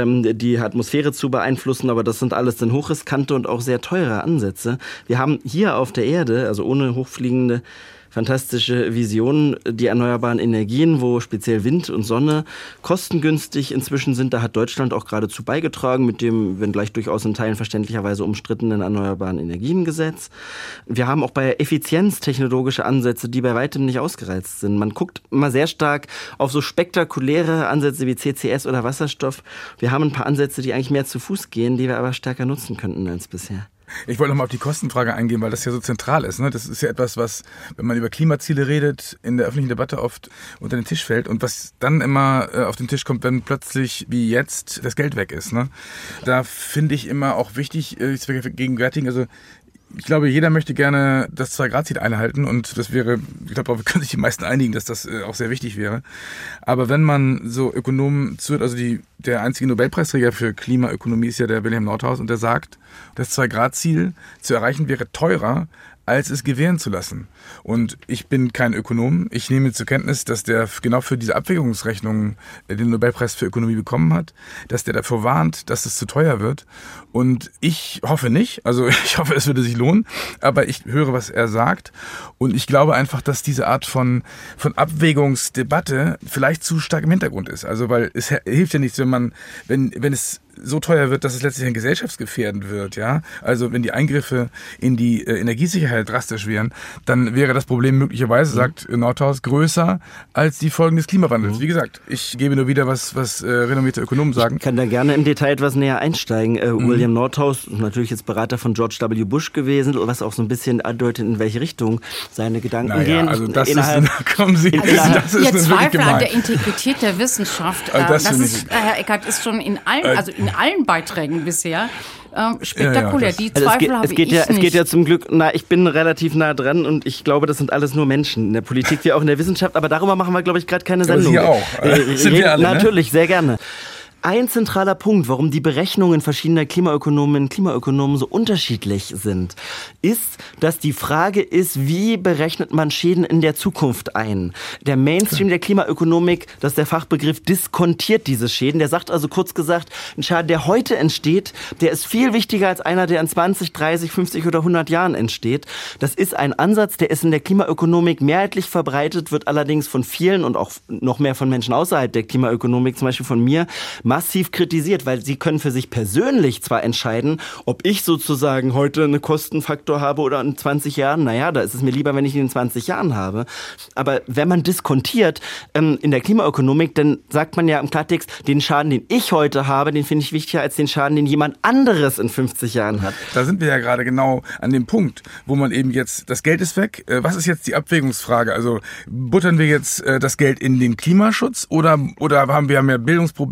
die Atmosphäre zu beeinflussen. Aber das sind alles dann hochriskante und auch sehr teure Ansätze. Wir haben hier auf der Erde, also ohne hochfliegende fantastische Visionen, die erneuerbaren Energien, wo speziell Wind und Sonne kostengünstig inzwischen sind. Da hat Deutschland auch geradezu beigetragen mit dem, wenngleich durchaus in Teilen verständlicherweise umstrittenen Erneuerbaren Energiengesetz. Wir haben auch bei Effizienz technologische Ansätze, die bei weitem nicht ausgereizt sind. Man guckt immer sehr stark auf so spektakuläre Ansätze wie C C S oder Wasserstoff. Wir haben ein paar Ansätze, die eigentlich mehr zu Fuß gehen, die wir aber stärker nutzen könnten als bisher. Ich wollte nochmal auf die Kostenfrage eingehen, weil das ja so zentral ist. Ne? Das ist ja etwas, was, wenn man über Klimaziele redet, in der öffentlichen Debatte oft unter den Tisch fällt und was dann immer äh, auf den Tisch kommt, wenn plötzlich, wie jetzt, das Geld weg ist. Ne? Da finde ich immer auch wichtig, äh, zu vergegenwärtigen, also ich glaube, jeder möchte gerne das Zwei-Grad-Ziel einhalten und das wäre, ich glaube, wir können sich die meisten einigen, dass das auch sehr wichtig wäre. Aber wenn man so Ökonomen zuhört, also die, der einzige Nobelpreisträger für Klimaökonomie ist ja der Wilhelm Nordhaus und der sagt, das Zwei-Grad-Ziel zu erreichen wäre teurer, als es gewähren zu lassen. Und ich bin kein Ökonom. Ich nehme zur Kenntnis, dass der genau für diese Abwägungsrechnungen den Nobelpreis für Ökonomie bekommen hat, dass der davor warnt, dass es zu teuer wird. Und ich hoffe nicht, also ich hoffe, es würde sich lohnen, aber ich höre, was er sagt. Und ich glaube einfach, dass diese Art von, von Abwägungsdebatte vielleicht zu stark im Hintergrund ist. Also, weil es hilft ja nichts, wenn man, wenn, wenn es so teuer wird, dass es letztlich ein gesellschaftsgefährdend wird, ja. Also wenn die Eingriffe in die äh, Energiesicherheit drastisch wären, dann wäre das Problem möglicherweise, mhm. sagt Nordhaus, größer als die Folgen des Klimawandels. Mhm. Wie gesagt, ich gebe nur wieder, was, was äh, renommierte Ökonomen sagen. Ich kann da gerne im Detail etwas näher einsteigen. Äh, mhm. William Nordhaus ist natürlich jetzt Berater von George W. Bush gewesen, was auch so ein bisschen andeutet, in welche Richtung seine Gedanken naja, gehen. Also das Innerhalb, ist, kommen Sie, also das ist Ihr Zweifel gemein. an der Integrität der Wissenschaft, äh, das, das ist, äh, Herr Eckert, ist schon in allen, also in allen Beiträgen bisher ähm, spektakulär. Ja, ja, die also Zweifel es geht, habe es geht ich ja, nicht. Es geht ja zum Glück, na, ich bin relativ nah dran und ich glaube, das sind alles nur Menschen in der Politik wie auch in der Wissenschaft, aber darüber machen wir, glaube ich, gerade keine Sendung. Aber Sie auch. Äh, sind wir alle, natürlich, ne? sehr gerne. Ein zentraler Punkt, warum die Berechnungen verschiedener Klimaökonominnen und Klimaökonomen so unterschiedlich sind, ist, dass die Frage ist, wie berechnet man Schäden in der Zukunft ein? Der Mainstream der Klimaökonomik, das ist der Fachbegriff, diskontiert diese Schäden. Der sagt also kurz gesagt, ein Schaden, der heute entsteht, der ist viel wichtiger als einer, der in zwanzig, dreißig, fünfzig oder hundert Jahren entsteht. Das ist ein Ansatz, der ist in der Klimaökonomik mehrheitlich verbreitet, wird allerdings von vielen und auch noch mehr von Menschen außerhalb der Klimaökonomik, zum Beispiel von mir, massiv kritisiert, weil sie können für sich persönlich zwar entscheiden, ob ich sozusagen heute einen Kostenfaktor habe oder in zwanzig Jahren, naja, da ist es mir lieber, wenn ich ihn in zwanzig Jahren habe. Aber wenn man diskontiert ähm, in der Klimaökonomik, dann sagt man ja im Klartext, den Schaden, den ich heute habe, den finde ich wichtiger als den Schaden, den jemand anderes in fünfzig Jahren hat. Da sind wir ja gerade genau an dem Punkt, wo man eben jetzt, das Geld ist weg, was ist jetzt die Abwägungsfrage? Also buttern wir jetzt das Geld in den Klimaschutz oder, oder haben wir mehr Bildungsprobleme, wir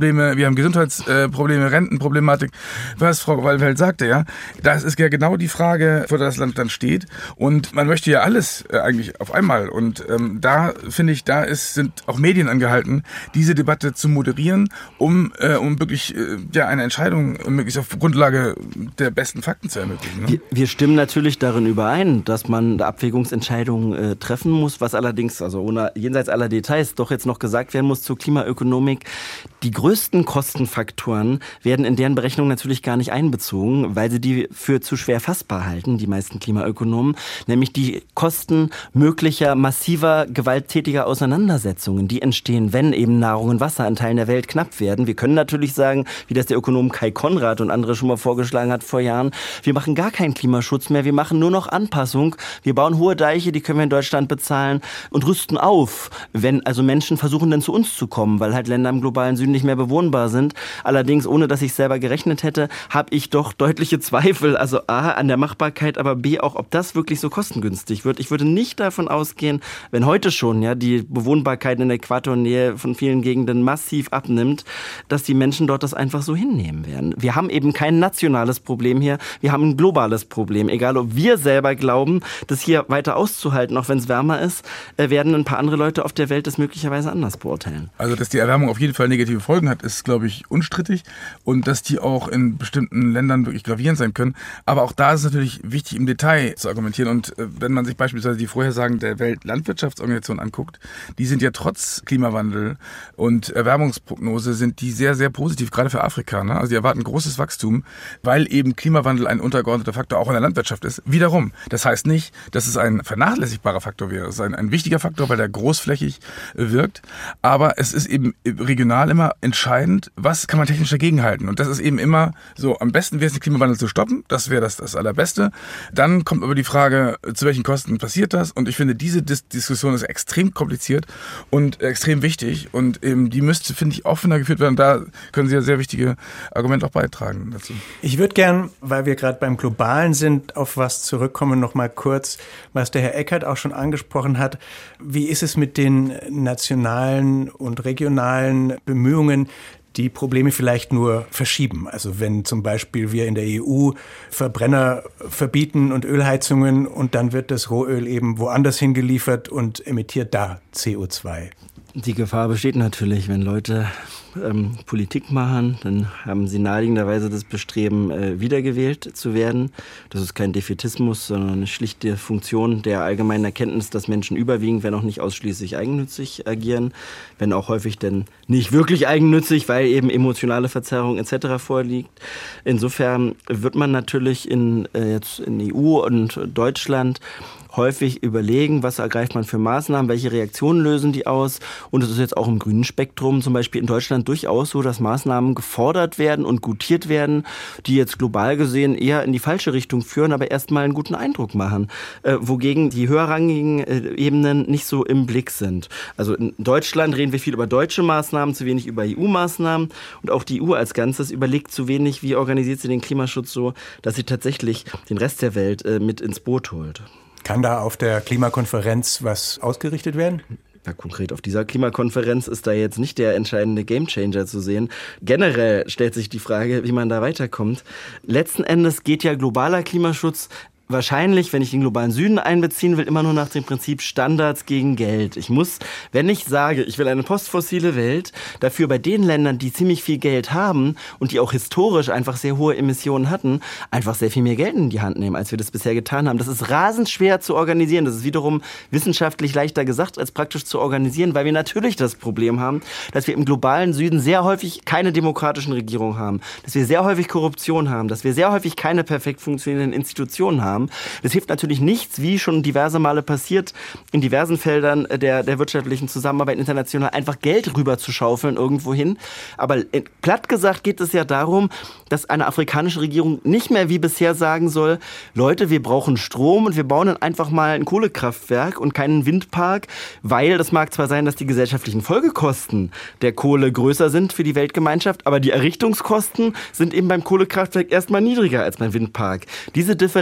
wir haben Gesundheitsprobleme, Rentenproblematik. Was Frau Wallfeld sagte, ja, das ist ja genau die Frage, vor der das Land dann steht. Und man möchte ja alles äh, eigentlich auf einmal. Und ähm, da finde ich, da ist, sind auch Medien angehalten, diese Debatte zu moderieren, um, äh, um wirklich äh, ja, eine Entscheidung möglichst auf Grundlage der besten Fakten zu ermöglichen. Ne? Wir, wir stimmen natürlich darin überein, dass man Abwägungsentscheidungen äh, treffen muss, was allerdings, also ohne jenseits aller Details, doch jetzt noch gesagt werden muss zur Klimaökonomik. Die größten Kostenfaktoren werden in deren Berechnung natürlich gar nicht einbezogen, weil sie die für zu schwer fassbar halten, die meisten Klimaökonomen, nämlich die Kosten möglicher, massiver, gewalttätiger Auseinandersetzungen, die entstehen, wenn eben Nahrung und Wasser in Teilen der Welt knapp werden. Wir können natürlich sagen, wie das der Ökonom Kai Konrad und andere schon mal vorgeschlagen hat vor Jahren, wir machen gar keinen Klimaschutz mehr, wir machen nur noch Anpassung, wir bauen hohe Deiche, die können wir in Deutschland bezahlen und rüsten auf, wenn also Menschen versuchen dann zu uns zu kommen, weil halt Länder im globalen Süden nicht mehr bewohnbar sind. Allerdings, ohne dass ich selber gerechnet hätte, habe ich doch deutliche Zweifel, also A, an der Machbarkeit, aber B, auch, ob das wirklich so kostengünstig wird. Ich würde nicht davon ausgehen, wenn heute schon ja die Bewohnbarkeit in der Äquatornähe von vielen Gegenden massiv abnimmt, dass die Menschen dort das einfach so hinnehmen werden. Wir haben eben kein nationales Problem hier, wir haben ein globales Problem. Egal, ob wir selber glauben, das hier weiter auszuhalten, auch wenn es wärmer ist, werden ein paar andere Leute auf der Welt das möglicherweise anders beurteilen. Also, dass die Erwärmung auf jeden Fall negative Folgen hat, ist, glaube ich, unstrittig und dass die auch in bestimmten Ländern wirklich gravierend sein können. Aber auch da ist es natürlich wichtig, im Detail zu argumentieren. Und äh, wenn man sich beispielsweise die Vorhersagen der Weltlandwirtschaftsorganisation anguckt, die sind ja trotz Klimawandel und Erwärmungsprognose sind die sehr, sehr positiv, gerade für Afrika. Ne? Also die erwarten großes Wachstum, weil eben Klimawandel ein untergeordneter Faktor auch in der Landwirtschaft ist. Wiederum, das heißt nicht, dass es ein vernachlässigbarer Faktor wäre. Es ist ein, ein wichtiger Faktor, weil der großflächig äh, wirkt. Aber es ist eben regional immer entscheidend, was kann man technisch dagegenhalten. Und das ist eben immer so, am besten wäre es, den Klimawandel zu stoppen. Das wäre das, das Allerbeste. Dann kommt aber die Frage, zu welchen Kosten passiert das? Und ich finde, diese Dis- Diskussion ist extrem kompliziert und extrem wichtig. Und eben die müsste, finde ich, offener geführt werden. Und da können Sie ja sehr wichtige Argumente auch beitragen dazu. Ich würde gern, weil wir gerade beim Globalen sind, auf was zurückkommen, noch mal kurz, was der Herr Eckert auch schon angesprochen hat. Wie ist es mit den nationalen und regionalen Bemühungen, die Probleme vielleicht nur verschieben? Also wenn zum Beispiel wir in der E U Verbrenner verbieten und Ölheizungen und dann wird das Rohöl eben woanders hingeliefert und emittiert da C O zwei. Die Gefahr besteht natürlich, wenn Leute ähm, Politik machen, dann haben sie naheliegenderweise das Bestreben, äh, wiedergewählt zu werden. Das ist kein Defätismus, sondern eine schlichte Funktion der allgemeinen Erkenntnis, dass Menschen überwiegend, wenn auch nicht ausschließlich eigennützig agieren, wenn auch häufig denn nicht wirklich eigennützig, weil eben emotionale Verzerrung et cetera vorliegt. Insofern wird man natürlich in, äh, jetzt in E U und Deutschland häufig überlegen, was ergreift man für Maßnahmen, welche Reaktionen lösen die aus. Und es ist jetzt auch im grünen Spektrum, zum Beispiel in Deutschland, durchaus so, dass Maßnahmen gefordert werden und gutiert werden, die jetzt global gesehen eher in die falsche Richtung führen, aber erstmal einen guten Eindruck machen. Äh, wogegen die höherrangigen äh, Ebenen nicht so im Blick sind. Also in Deutschland reden wir viel über deutsche Maßnahmen, zu wenig über E U-Maßnahmen. Und auch die E U als Ganzes überlegt zu wenig, wie organisiert sie den Klimaschutz so, dass sie tatsächlich den Rest der Welt äh, mit ins Boot holt. Kann da auf der Klimakonferenz was ausgerichtet werden? Ja, konkret auf dieser Klimakonferenz ist da jetzt nicht der entscheidende Gamechanger zu sehen. Generell stellt sich die Frage, wie man da weiterkommt. Letzten Endes geht ja globaler Klimaschutz wahrscheinlich, wenn ich den globalen Süden einbeziehen will, immer nur nach dem Prinzip Standards gegen Geld. Ich muss, wenn ich sage, ich will eine postfossile Welt, dafür bei den Ländern, die ziemlich viel Geld haben und die auch historisch einfach sehr hohe Emissionen hatten, einfach sehr viel mehr Geld in die Hand nehmen, als wir das bisher getan haben. Das ist rasend schwer zu organisieren. Das ist wiederum wissenschaftlich leichter gesagt als praktisch zu organisieren, weil wir natürlich das Problem haben, dass wir im globalen Süden sehr häufig keine demokratischen Regierungen haben, dass wir sehr häufig Korruption haben, dass wir sehr häufig keine perfekt funktionierenden Institutionen haben. Das hilft natürlich nichts, wie schon diverse Male passiert, in diversen Feldern der, der wirtschaftlichen Zusammenarbeit international einfach Geld rüber zu schaufeln irgendwo hin. Aber platt gesagt geht es ja darum, dass eine afrikanische Regierung nicht mehr wie bisher sagen soll, Leute, wir brauchen Strom und wir bauen dann einfach mal ein Kohlekraftwerk und keinen Windpark, weil das mag zwar sein, dass die gesellschaftlichen Folgekosten der Kohle größer sind für die Weltgemeinschaft, aber die Errichtungskosten sind eben beim Kohlekraftwerk erstmal niedriger als beim Windpark. Diese Differenz müssen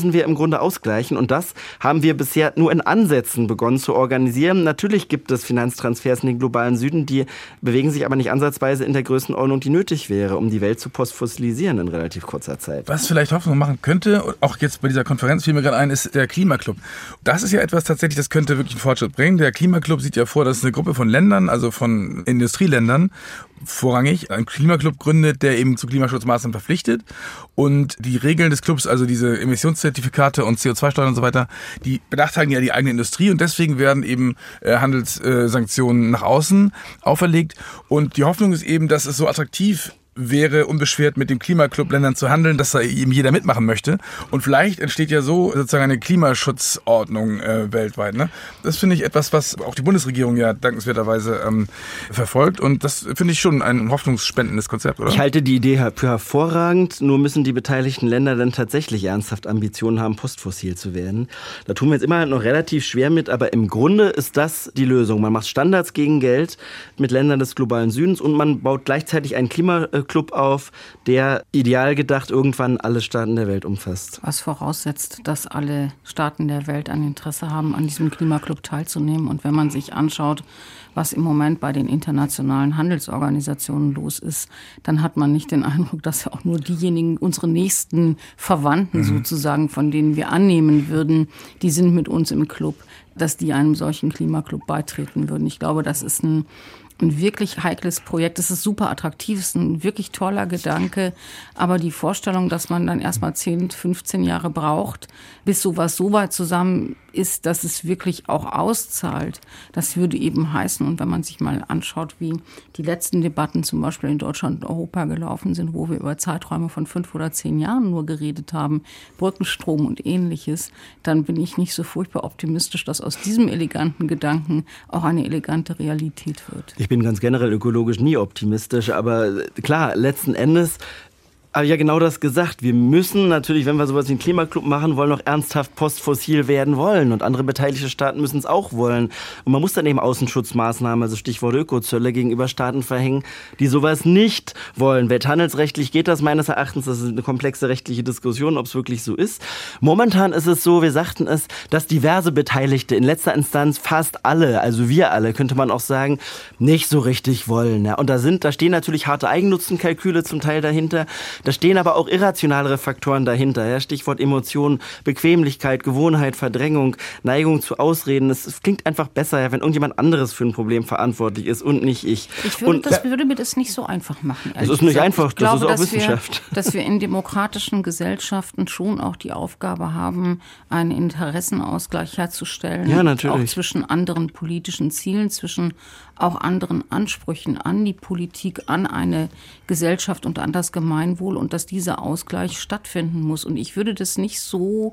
müssen wir im Grunde ausgleichen. Und das haben wir bisher nur in Ansätzen begonnen zu organisieren. Natürlich gibt es Finanztransfers in den globalen Süden, die bewegen sich aber nicht ansatzweise in der Größenordnung, die nötig wäre, um die Welt zu postfossilisieren in relativ kurzer Zeit. Was vielleicht Hoffnung machen könnte, auch jetzt bei dieser Konferenz fiel mir gerade ein, ist der Klimaclub. Das ist ja etwas tatsächlich, das könnte wirklich einen Fortschritt bringen. Der Klimaclub sieht ja vor, dass eine Gruppe von Ländern, also von Industrieländern, vorrangig einen Klimaclub gründet, der eben zu Klimaschutzmaßnahmen verpflichtet. Und die Regeln des Clubs, also diese Emissionszertifikate und C O zwei Steuern und so weiter, die benachteiligen ja die eigene Industrie und deswegen werden eben äh, Handelssanktionen nach außen auferlegt. Und die Hoffnung ist eben, dass es so attraktiv wäre, unbeschwert mit den Klimaclub-Ländern zu handeln, dass da eben jeder mitmachen möchte. Und vielleicht entsteht ja so sozusagen eine Klimaschutzordnung äh, weltweit. Ne? Das finde ich etwas, was auch die Bundesregierung ja dankenswerterweise ähm, verfolgt. Und das finde ich schon ein hoffnungsspendendes Konzept, oder? Ich halte die Idee für hervorragend. Nur müssen die beteiligten Länder dann tatsächlich ernsthaft Ambitionen haben, postfossil zu werden. Da tun wir jetzt immer noch relativ schwer mit, aber im Grunde ist das die Lösung. Man macht Standards gegen Geld mit Ländern des globalen Südens und man baut gleichzeitig einen Klima Club auf, der ideal gedacht irgendwann alle Staaten der Welt umfasst. Was voraussetzt, dass alle Staaten der Welt ein Interesse haben, an diesem Klimaclub teilzunehmen. Und wenn man sich anschaut, was im Moment bei den internationalen Handelsorganisationen los ist, dann hat man nicht den Eindruck, dass ja auch nur diejenigen, unsere nächsten Verwandten mhm. sozusagen, von denen wir annehmen würden, die sind mit uns im Club, dass die einem solchen Klimaclub beitreten würden. Ich glaube, das ist ein Ein wirklich heikles Projekt. Es ist super attraktiv, es ist ein wirklich toller Gedanke. Aber die Vorstellung, dass man dann erstmal zehn, fünfzehn Jahre braucht, bis sowas so weit zusammen ist, dass es wirklich auch auszahlt, das würde eben heißen, und wenn man sich mal anschaut, wie die letzten Debatten zum Beispiel in Deutschland und Europa gelaufen sind, wo wir über Zeiträume von fünf oder zehn Jahren nur geredet haben, Brückenstrom und Ähnliches, dann bin ich nicht so furchtbar optimistisch, dass aus diesem eleganten Gedanken auch eine elegante Realität wird. Ich bin ganz generell ökologisch nie optimistisch, aber klar, letzten Endes habe ich ja genau das gesagt. Wir müssen natürlich, wenn wir sowas wie einen Klimaclub machen wollen, noch ernsthaft postfossil werden wollen. Und andere beteiligte Staaten müssen es auch wollen. Und man muss dann eben Außenschutzmaßnahmen, also Stichwort Ökozölle, gegenüber Staaten verhängen, die sowas nicht wollen. Welthandelsrechtlich geht das meines Erachtens. Das ist eine komplexe rechtliche Diskussion, ob es wirklich so ist. Momentan ist es so, wir sagten es, dass diverse Beteiligte, in letzter Instanz fast alle, also wir alle, könnte man auch sagen, nicht so richtig wollen. Ja. Und da sind, da stehen natürlich harte Eigennutzenkalküle zum Teil dahinter. Da stehen aber auch irrationalere Faktoren dahinter. Ja? Stichwort Emotionen, Bequemlichkeit, Gewohnheit, Verdrängung, Neigung zu Ausreden. Es, es klingt einfach besser, ja, wenn irgendjemand anderes für ein Problem verantwortlich ist und nicht ich. Ich würde, und, das, würde mir das nicht so einfach machen. Das ist nicht gesagt. einfach, das glaube, ist auch Wissenschaft. Wir, dass wir in demokratischen Gesellschaften schon auch die Aufgabe haben, einen Interessenausgleich herzustellen. Ja, natürlich. Auch zwischen anderen politischen Zielen, zwischen auch anderen Ansprüchen an die Politik, an eine Gesellschaft und an das Gemeinwohl und dass dieser Ausgleich stattfinden muss. Und ich würde das nicht so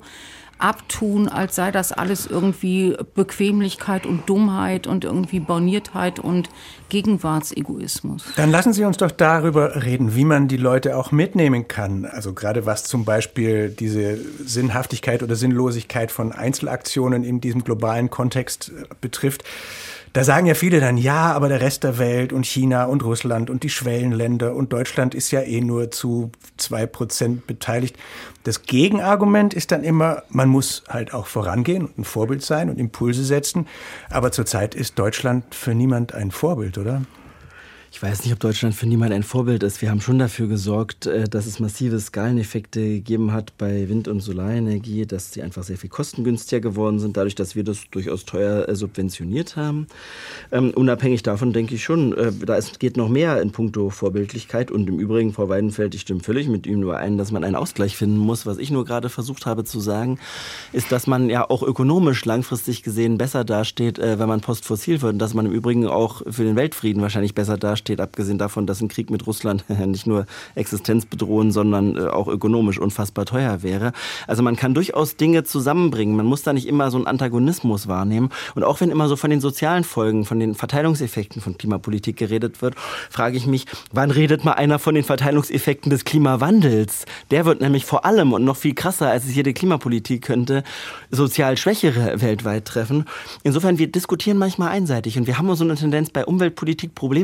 abtun, als sei das alles irgendwie Bequemlichkeit und Dummheit und irgendwie Borniertheit und Gegenwartsegoismus. Dann lassen Sie uns doch darüber reden, wie man die Leute auch mitnehmen kann. Also gerade was zum Beispiel diese Sinnhaftigkeit oder Sinnlosigkeit von Einzelaktionen in diesem globalen Kontext betrifft. Da sagen ja viele dann, ja, aber der Rest der Welt und China und Russland und die Schwellenländer und Deutschland ist ja eh nur zu zwei Prozent beteiligt. Das Gegenargument ist dann immer, man muss halt auch vorangehen und ein Vorbild sein und Impulse setzen. Aber zurzeit ist Deutschland für niemand ein Vorbild, oder? Ich weiß nicht, ob Deutschland für niemand ein Vorbild ist. Wir haben schon dafür gesorgt, dass es massive Skaleneffekte gegeben hat bei Wind- und Solarenergie, dass sie einfach sehr viel kostengünstiger geworden sind, dadurch, dass wir das durchaus teuer subventioniert haben. Ähm, unabhängig davon denke ich schon, äh, da ist, geht noch mehr in puncto Vorbildlichkeit. Und im Übrigen, Frau Weidenfeld, ich stimme völlig mit Ihnen überein, dass man einen Ausgleich finden muss. Was ich nur gerade versucht habe zu sagen, ist, dass man ja auch ökonomisch langfristig gesehen besser dasteht, äh, wenn man postfossil wird. Und dass man im Übrigen auch für den Weltfrieden wahrscheinlich besser dasteht. Steht, abgesehen davon, dass ein Krieg mit Russland nicht nur existenzbedrohend, sondern auch ökonomisch unfassbar teuer wäre. Also man kann durchaus Dinge zusammenbringen. Man muss da nicht immer so einen Antagonismus wahrnehmen. Und auch wenn immer so von den sozialen Folgen, von den Verteilungseffekten von Klimapolitik geredet wird, frage ich mich, wann redet mal einer von den Verteilungseffekten des Klimawandels? Der wird nämlich vor allem und noch viel krasser, als es jede Klimapolitik könnte, sozial Schwächere weltweit treffen. Insofern, wir diskutieren manchmal einseitig und wir haben so eine Tendenz, bei Umweltpolitik Probleme zu diskutieren,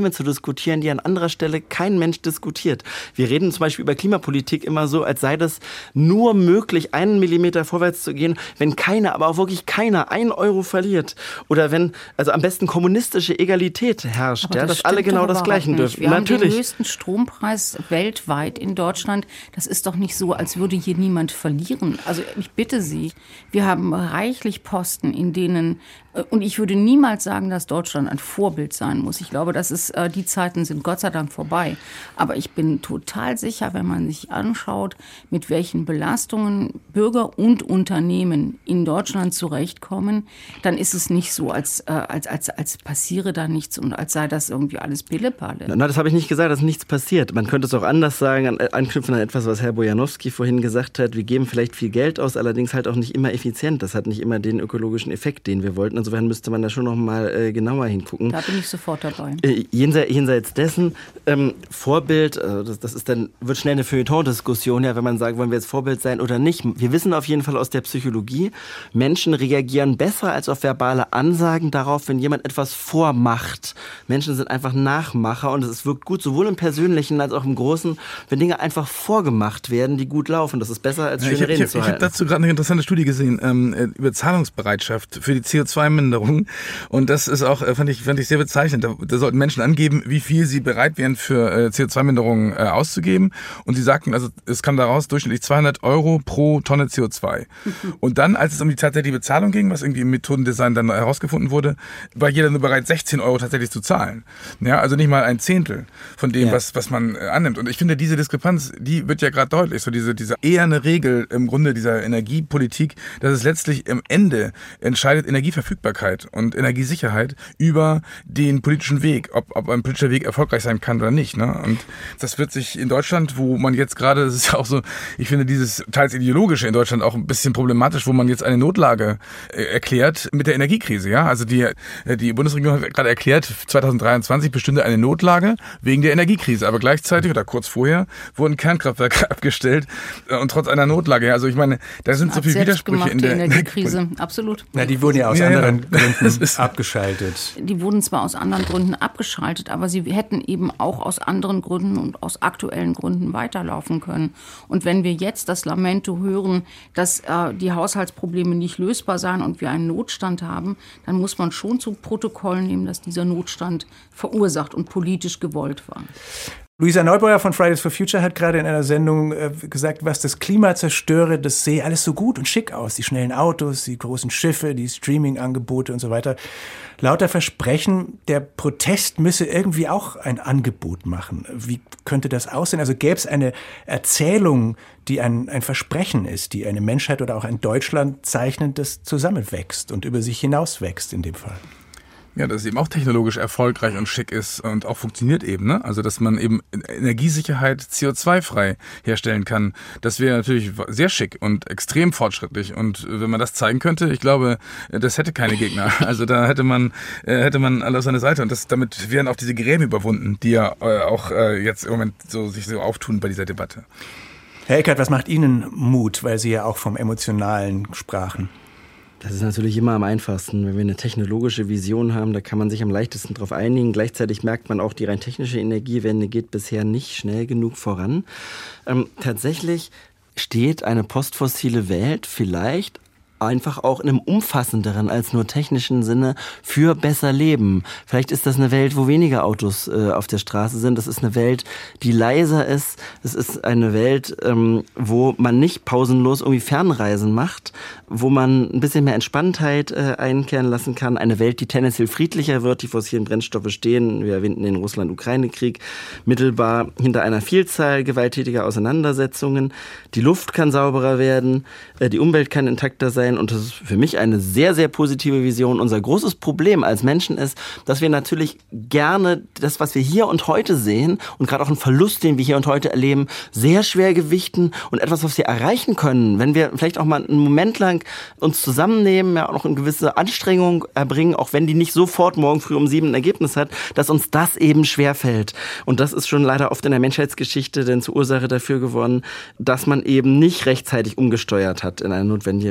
diskutieren, die an anderer Stelle kein Mensch diskutiert. Wir reden zum Beispiel über Klimapolitik immer so, als sei das nur möglich, einen Millimeter vorwärts zu gehen, wenn keiner, aber auch wirklich keiner einen Euro verliert. Oder wenn, also am besten kommunistische Egalität herrscht, ja, das dass alle genau das Gleiche dürfen. Wir Natürlich. haben den höchsten Strompreis weltweit in Deutschland. Das ist doch nicht so, als würde hier niemand verlieren. Also ich bitte Sie, wir haben reichlich Posten, in denen, und ich würde niemals sagen, dass Deutschland ein Vorbild sein muss. Ich glaube, das ist, die Zeiten sind Gott sei Dank vorbei. Aber ich bin total sicher, wenn man sich anschaut, mit welchen Belastungen Bürger und Unternehmen in Deutschland zurechtkommen, dann ist es nicht so, als, als, als, als passiere da nichts und als sei das irgendwie alles Pillepalle. Na, das habe ich nicht gesagt, dass nichts passiert. Man könnte es auch anders sagen, anknüpfen an etwas, was Herr Bojanowski vorhin gesagt hat. Wir geben vielleicht viel Geld aus, allerdings halt auch nicht immer effizient. Das hat nicht immer den ökologischen Effekt, den wir wollten. Insofern müsste man da schon noch mal äh, genauer hingucken. Da bin ich sofort dabei. Äh, jenseits, jenseits dessen, ähm, Vorbild, äh, das, das ist dann, wird schnell eine Feuilleton-Diskussion, ja, wenn man sagt, wollen wir jetzt Vorbild sein oder nicht. Wir wissen auf jeden Fall aus der Psychologie, Menschen reagieren besser als auf verbale Ansagen darauf, wenn jemand etwas vormacht. Menschen sind einfach Nachmacher und es wirkt gut, sowohl im Persönlichen als auch im Großen, wenn Dinge einfach vorgemacht werden, die gut laufen. Das ist besser als schöne ja, ich Reden hab, zu ich halten. Ich habe dazu gerade eine interessante Studie gesehen ähm, über Zahlungsbereitschaft für die C O zwei Minderung und das ist auch, fand ich, fand ich sehr bezeichnend. Da, da sollten Menschen angeben, wie viel sie bereit wären für äh, C O zwei Minderung äh, auszugeben und sie sagten, also es kam daraus durchschnittlich zweihundert Euro pro Tonne C O zwei. Und dann, als es um die tatsächliche Bezahlung ging, was irgendwie im Methodendesign dann herausgefunden wurde, war jeder nur bereit, sechzehn Euro tatsächlich zu zahlen. Ja, also nicht mal ein Zehntel von dem, ja. was, was man äh, annimmt. Und ich finde, diese Diskrepanz, die wird ja gerade deutlich. So diese, diese eher eine Regel im Grunde dieser Energiepolitik, dass es letztlich im Ende entscheidet Energieverfügbarkeit und Energiesicherheit über den politischen Weg, ob, ob ein politischer Weg erfolgreich sein kann oder nicht. Ne? Und das wird sich in Deutschland, wo man jetzt gerade, das ist ja auch so, ich finde dieses teils ideologische in Deutschland auch ein bisschen problematisch, wo man jetzt eine Notlage äh, erklärt mit der Energiekrise. Ja, also die, die Bundesregierung hat gerade erklärt, zweitausenddreiundzwanzig bestünde eine Notlage wegen der Energiekrise. Aber gleichzeitig oder kurz vorher wurden Kernkraftwerke abgestellt äh, und trotz einer Notlage. Ja, also ich meine, da sind so viele Widersprüche in der Energiekrise. Absolut. Na, die wurden ja aus ja, anderen ja. Gründen abgeschaltet. Die wurden zwar aus anderen Gründen abgeschaltet, aber sie hätten eben auch aus anderen Gründen und aus aktuellen Gründen weiterlaufen können. Und wenn wir jetzt das Lamento hören, dass äh, die Haushaltsprobleme nicht lösbar seien und wir einen Notstand haben, dann muss man schon zu Protokoll nehmen, dass dieser Notstand verursacht und politisch gewollt war. Luisa Neubauer von Fridays for Future hat gerade in einer Sendung äh, gesagt, was das Klima zerstöre, das sehe alles so gut und schick aus. Die schnellen Autos, die großen Schiffe, die Streaming-Angebote und so weiter. Lauter Versprechen, der Protest müsse irgendwie auch ein Angebot machen. Wie könnte das aussehen? Also gäbe es eine Erzählung, die ein, ein Versprechen ist, die eine Menschheit oder auch ein Deutschland zeichnet, das zusammenwächst und über sich hinauswächst in dem Fall? Ja, dass es eben auch technologisch erfolgreich und schick ist und auch funktioniert eben, ne? Also, dass man eben Energiesicherheit C O zwei frei herstellen kann. Das wäre natürlich sehr schick und extrem fortschrittlich. Und wenn man das zeigen könnte, ich glaube, das hätte keine Gegner. Also, da hätte man, hätte man alle auf seine Seite. Und das, damit wären auch diese Gräben überwunden, die ja auch jetzt im Moment so, sich so auftun bei dieser Debatte. Herr Eckert, was macht Ihnen Mut, weil Sie ja auch vom Emotionalen sprachen? Das ist natürlich immer am einfachsten, wenn wir eine technologische Vision haben, da kann man sich am leichtesten drauf einigen. Gleichzeitig merkt man auch, die rein technische Energiewende geht bisher nicht schnell genug voran. Ähm, tatsächlich steht eine postfossile Welt vielleicht einfach auch in einem umfassenderen als nur technischen Sinne für besser Leben. Vielleicht ist das eine Welt, wo weniger Autos äh, auf der Straße sind. Das ist eine Welt, die leiser ist. Das ist eine Welt, ähm, wo man nicht pausenlos irgendwie Fernreisen macht, wo man ein bisschen mehr Entspanntheit äh, einkehren lassen kann. Eine Welt, die tendenziell friedlicher wird, die fossilen Brennstoffe stehen. Wir erwähnten den Russland-Ukraine-Krieg mittelbar hinter einer Vielzahl gewalttätiger Auseinandersetzungen. Die Luft kann sauberer werden, äh, die Umwelt kann intakter sein. Und das ist für mich eine sehr, sehr positive Vision. Unser großes Problem als Menschen ist, dass wir natürlich gerne das, was wir hier und heute sehen und gerade auch einen Verlust, den wir hier und heute erleben, sehr schwer gewichten und etwas, was wir erreichen können, wenn wir vielleicht auch mal einen Moment lang uns zusammennehmen, ja auch noch eine gewisse Anstrengung erbringen, auch wenn die nicht sofort morgen früh um sieben ein Ergebnis hat, dass uns das eben schwerfällt. Und das ist schon leider oft in der Menschheitsgeschichte denn zur Ursache dafür geworden, dass man eben nicht rechtzeitig umgesteuert hat in eine notwendige Richtung. Und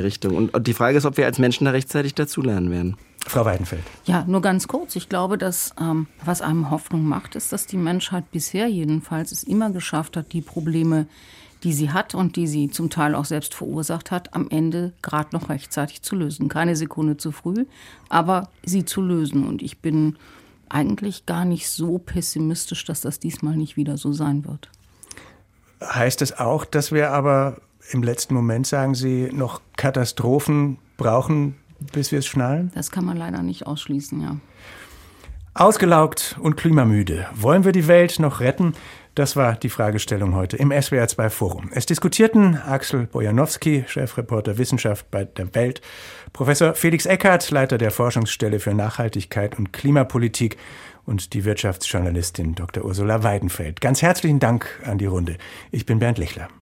Und die Frage ist, ob wir als Menschen da rechtzeitig dazulernen werden. Frau Weidenfeld. Ja, nur ganz kurz. Ich glaube, dass ähm, was einem Hoffnung macht, ist, dass die Menschheit bisher jedenfalls es immer geschafft hat, die Probleme, die sie hat und die sie zum Teil auch selbst verursacht hat, am Ende gerade noch rechtzeitig zu lösen. Keine Sekunde zu früh, aber sie zu lösen. Und ich bin eigentlich gar nicht so pessimistisch, dass das diesmal nicht wieder so sein wird. Heißt es auch, dass wir aber im letzten Moment, sagen Sie, noch Katastrophen brauchen, bis wir es schnallen? Das kann man leider nicht ausschließen, ja. Ausgelaugt und klimamüde. Wollen wir die Welt noch retten? Das war die Fragestellung heute im S W R zwei Forum. Es diskutierten Axel Bojanowski, Chefreporter Wissenschaft bei der Welt, Professor Felix Eckhardt, Leiter der Forschungsstelle für Nachhaltigkeit und Klimapolitik und die Wirtschaftsjournalistin Doktor Ursula Weidenfeld. Ganz herzlichen Dank an die Runde. Ich bin Bernd Lichler.